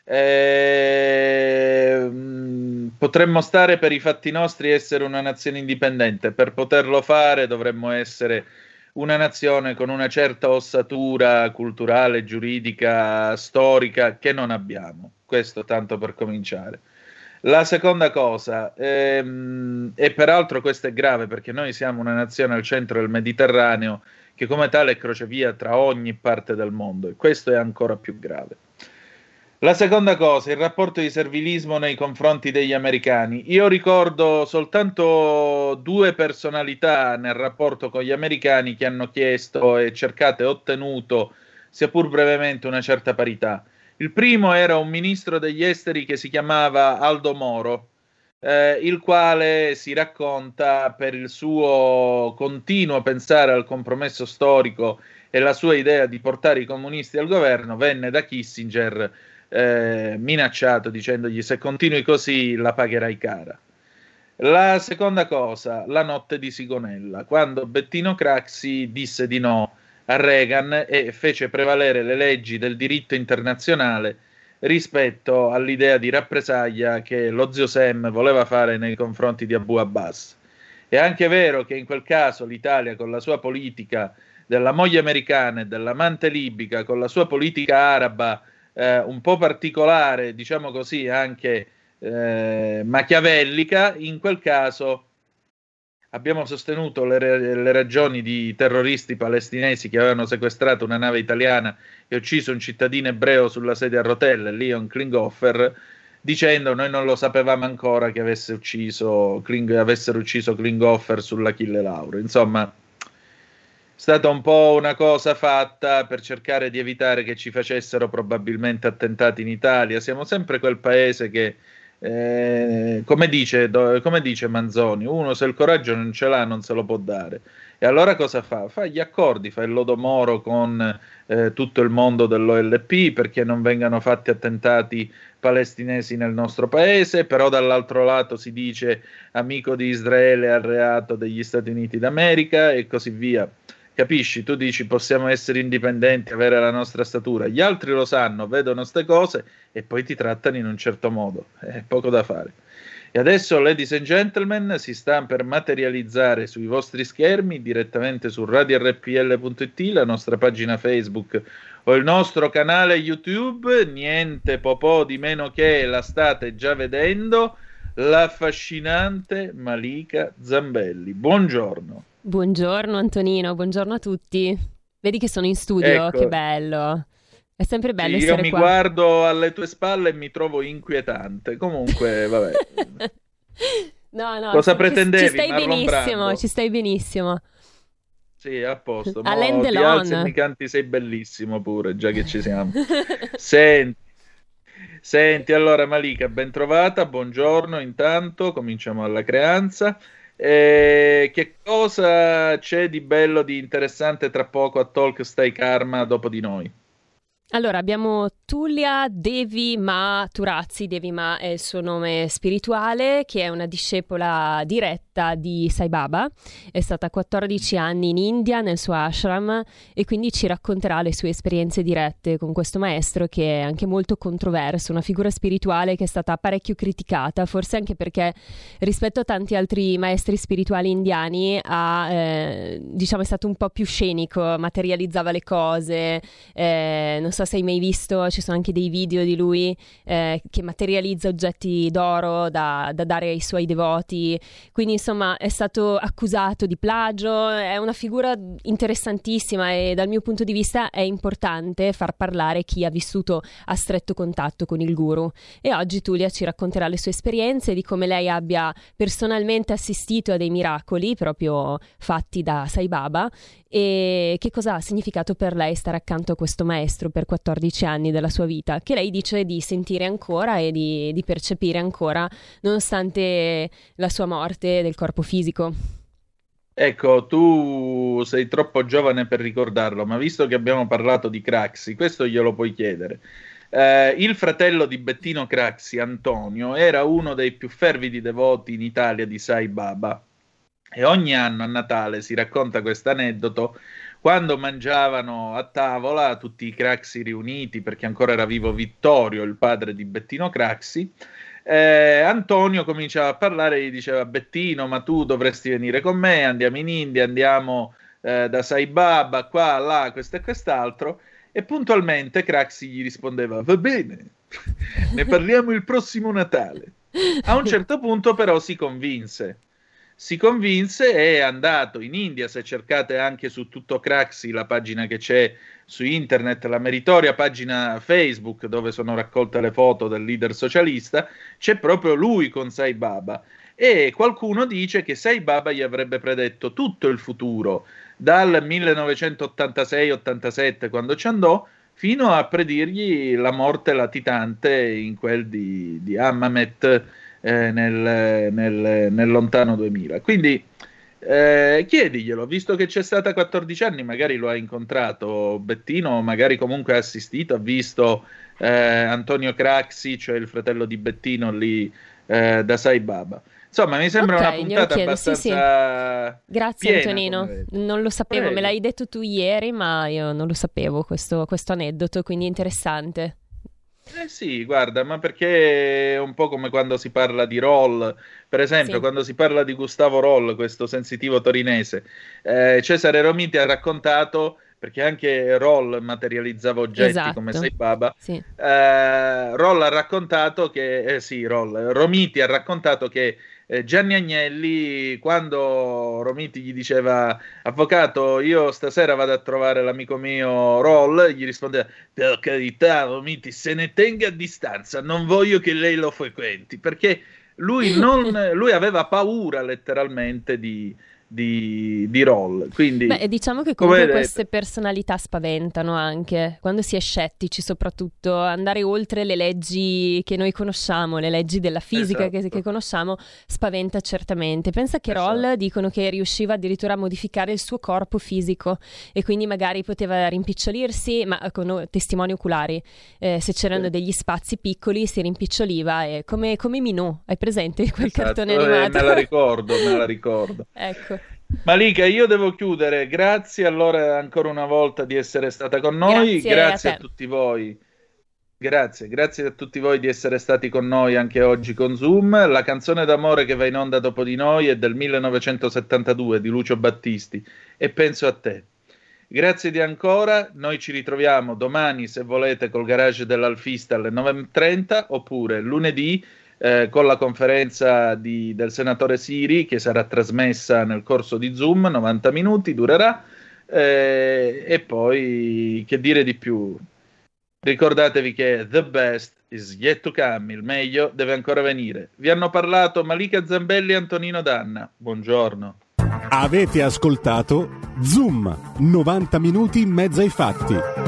Eh, potremmo stare per i fatti nostri e essere una nazione indipendente, per poterlo fare dovremmo essere una nazione con una certa ossatura culturale, giuridica, storica che non abbiamo. Questo tanto per cominciare. La seconda cosa, ehm, e peraltro questo è grave perché noi siamo una nazione al centro del Mediterraneo che come tale è crocevia tra ogni parte del mondo e questo è ancora più grave. La seconda cosa, il rapporto di servilismo nei confronti degli americani. Io ricordo soltanto due personalità nel rapporto con gli americani che hanno chiesto e cercato e ottenuto, sia pur brevemente, una certa parità. Il primo era un ministro degli esteri che si chiamava Aldo Moro, eh, il quale si racconta per il suo continuo pensare al compromesso storico e la sua idea di portare i comunisti al governo, venne da Kissinger Eh, minacciato dicendogli se continui così la pagherai cara. La seconda cosa, la notte di Sigonella, quando Bettino Craxi disse di no a Reagan e fece prevalere le leggi del diritto internazionale rispetto all'idea di rappresaglia che lo zio Sam voleva fare nei confronti di Abu Abbas. È anche vero che in quel caso l'Italia con la sua politica della moglie americana e dell'amante libica, con la sua politica araba Eh, un po' particolare, diciamo così, anche eh, machiavellica, in quel caso abbiamo sostenuto le, le ragioni di terroristi palestinesi che avevano sequestrato una nave italiana e ucciso un cittadino ebreo sulla sedia a rotelle, Leon Klinghoffer, dicendo noi non lo sapevamo ancora che avesse ucciso Kling, avessero ucciso Klinghoffer sull'Achille Lauro. Insomma, è stata un po' una cosa fatta per cercare di evitare che ci facessero probabilmente attentati in Italia. Siamo sempre quel paese che eh, come dice, do, come dice Manzoni, uno se il coraggio non ce l'ha non se lo può dare. E allora cosa fa? Fa gli accordi, fa il lodomoro con eh, tutto il mondo dell'O L P perché non vengano fatti attentati palestinesi nel nostro paese, però dall'altro lato si dice amico di Israele alleato degli Stati Uniti d'America e così via. Capisci? Tu dici possiamo essere indipendenti, avere la nostra statura, gli altri lo sanno, vedono ste cose e poi ti trattano in un certo modo, è poco da fare. E adesso, ladies and gentlemen, si sta per materializzare sui vostri schermi, direttamente su radio R P L punto it, la nostra pagina Facebook o il nostro canale YouTube, niente popò di meno che, la state già vedendo, l'affascinante Malika Zambelli. Buongiorno. Buongiorno Antonino, buongiorno a tutti. Vedi che sono in studio, ecco. Che bello. È sempre bello sì, essere io mi qua. guardo alle tue spalle e mi trovo inquietante. Comunque, vabbè. No, no, Cosa ci, pretendevi? ci stai Marlon benissimo, Brando? ci stai benissimo. Sì, a posto. Alain Mo ti Delon. alzi e mi canti sei bellissimo pure, già che ci siamo. Senti, senti, allora Malika, ben trovata, buongiorno intanto, cominciamo alla creanza. Eh, che cosa c'è di bello, di interessante tra poco a Talk Stai Karma dopo di noi? Allora, abbiamo Tullia Devi Ma Turazzi. Devi Ma è il suo nome spirituale, che è una discepola diretta di Sai Baba. È stata quattordici anni in India nel suo ashram e quindi ci racconterà le sue esperienze dirette con questo maestro, che è anche molto controverso, una figura spirituale che è stata parecchio criticata, forse anche perché rispetto a tanti altri maestri spirituali indiani ha, eh, diciamo, è stato un po' più scenico, materializzava le cose, eh, non so se hai mai visto, ci sono anche dei video di lui eh, che materializza oggetti d'oro da, da dare ai suoi devoti, quindi insomma è stato accusato di plagio, è una figura interessantissima e dal mio punto di vista è importante far parlare chi ha vissuto a stretto contatto con il guru. E oggi Tullia ci racconterà le sue esperienze, di come lei abbia personalmente assistito a dei miracoli proprio fatti da Sai Baba e che cosa ha significato per lei stare accanto a questo maestro per quattordici anni della sua vita, che lei dice di sentire ancora e di, di percepire ancora nonostante la sua morte del corpo fisico. Ecco, tu sei troppo giovane per ricordarlo, ma visto che abbiamo parlato di Craxi, questo glielo puoi chiedere. Eh, il fratello di Bettino Craxi, Antonio, era uno dei più fervidi devoti in Italia di Sai Baba. E ogni anno a Natale si racconta questo aneddoto, quando mangiavano a tavola tutti i Craxi riuniti, perché ancora era vivo Vittorio, il padre di Bettino Craxi, eh, Antonio cominciava a parlare e gli diceva: Bettino, ma tu dovresti venire con me, andiamo in India, andiamo eh, da Sai Baba, qua, là, questo e quest'altro, e puntualmente Craxi gli rispondeva: va bene, ne parliamo il prossimo Natale. A un certo punto però si convinse. Si convinse e è andato in India. Se cercate anche su Tutto Craxi, la pagina che c'è su internet, la meritoria pagina Facebook dove sono raccolte le foto del leader socialista, c'è proprio lui con Sai Baba. E qualcuno dice che Sai Baba gli avrebbe predetto tutto il futuro, dal millenovecentottantasei ottantasette, quando ci andò, fino a predirgli la morte latitante in quel di, di Hammamet, Eh, nel, nel, nel lontano duemila. Quindi eh, chiediglielo, visto che c'è stata quattordici anni, magari lo ha incontrato Bettino, magari comunque ha assistito, ha visto eh, Antonio Craxi, cioè il fratello di Bettino lì eh, da Sai Baba. Insomma, mi sembra okay, una puntata abbastanza sì, sì. Grazie piena, Antonino, non lo sapevo, Prego. Me l'hai detto tu ieri, ma io non lo sapevo questo, questo aneddoto, quindi interessante. Eh sì, guarda, ma perché è un po' come quando si parla di Roll, per esempio, Sì. quando si parla di Gustavo Roll, questo sensitivo torinese, eh, Cesare Romiti ha raccontato, perché anche Roll materializzava oggetti Esatto. come Sai Baba, Sì. eh, Roll ha raccontato che, eh sì, Roll, Romiti ha raccontato che eh, Gianni Agnelli, quando Romiti gli diceva: avvocato, io stasera vado a trovare l'amico mio Roll, gli rispondeva: per carità, Romiti, se ne tenga a distanza, non voglio che lei lo frequenti, perché lui, non, lui aveva paura letteralmente di, di, di roll. Quindi, Beh, diciamo che comunque queste personalità spaventano anche, quando si è scettici soprattutto, andare oltre le leggi che noi conosciamo, le leggi della fisica esatto. che, che conosciamo, spaventa certamente. Pensa che esatto. Roll dicono che riusciva addirittura a modificare il suo corpo fisico e quindi magari poteva rimpicciolirsi, ma con testimoni oculari, eh, se c'erano sì. degli spazi piccoli si rimpiccioliva, e come, come Minot, hai presente quel esatto. cartone animato? Eh, me la ricordo, me la ricordo. Ecco. Malika, io devo chiudere, grazie allora ancora una volta di essere stata con noi, grazie, grazie a, a tutti voi, grazie, grazie a tutti voi di essere stati con noi anche oggi con Zoom. La canzone d'amore che va in onda dopo di noi è del millenovecentosettantadue di Lucio Battisti, E penso a te. Grazie di ancora, noi ci ritroviamo domani se volete col Garage dell'Alfista alle nove e trenta oppure lunedì Eh, con la conferenza di, del senatore Siri, che sarà trasmessa nel corso di Zoom, novanta minuti durerà, eh, e poi che dire di più? Ricordatevi che the best is yet to come, il meglio deve ancora venire. Vi hanno parlato Malika Zambelli e Antonino Danna, buongiorno. Avete ascoltato Zoom, novanta minuti in mezzo ai fatti.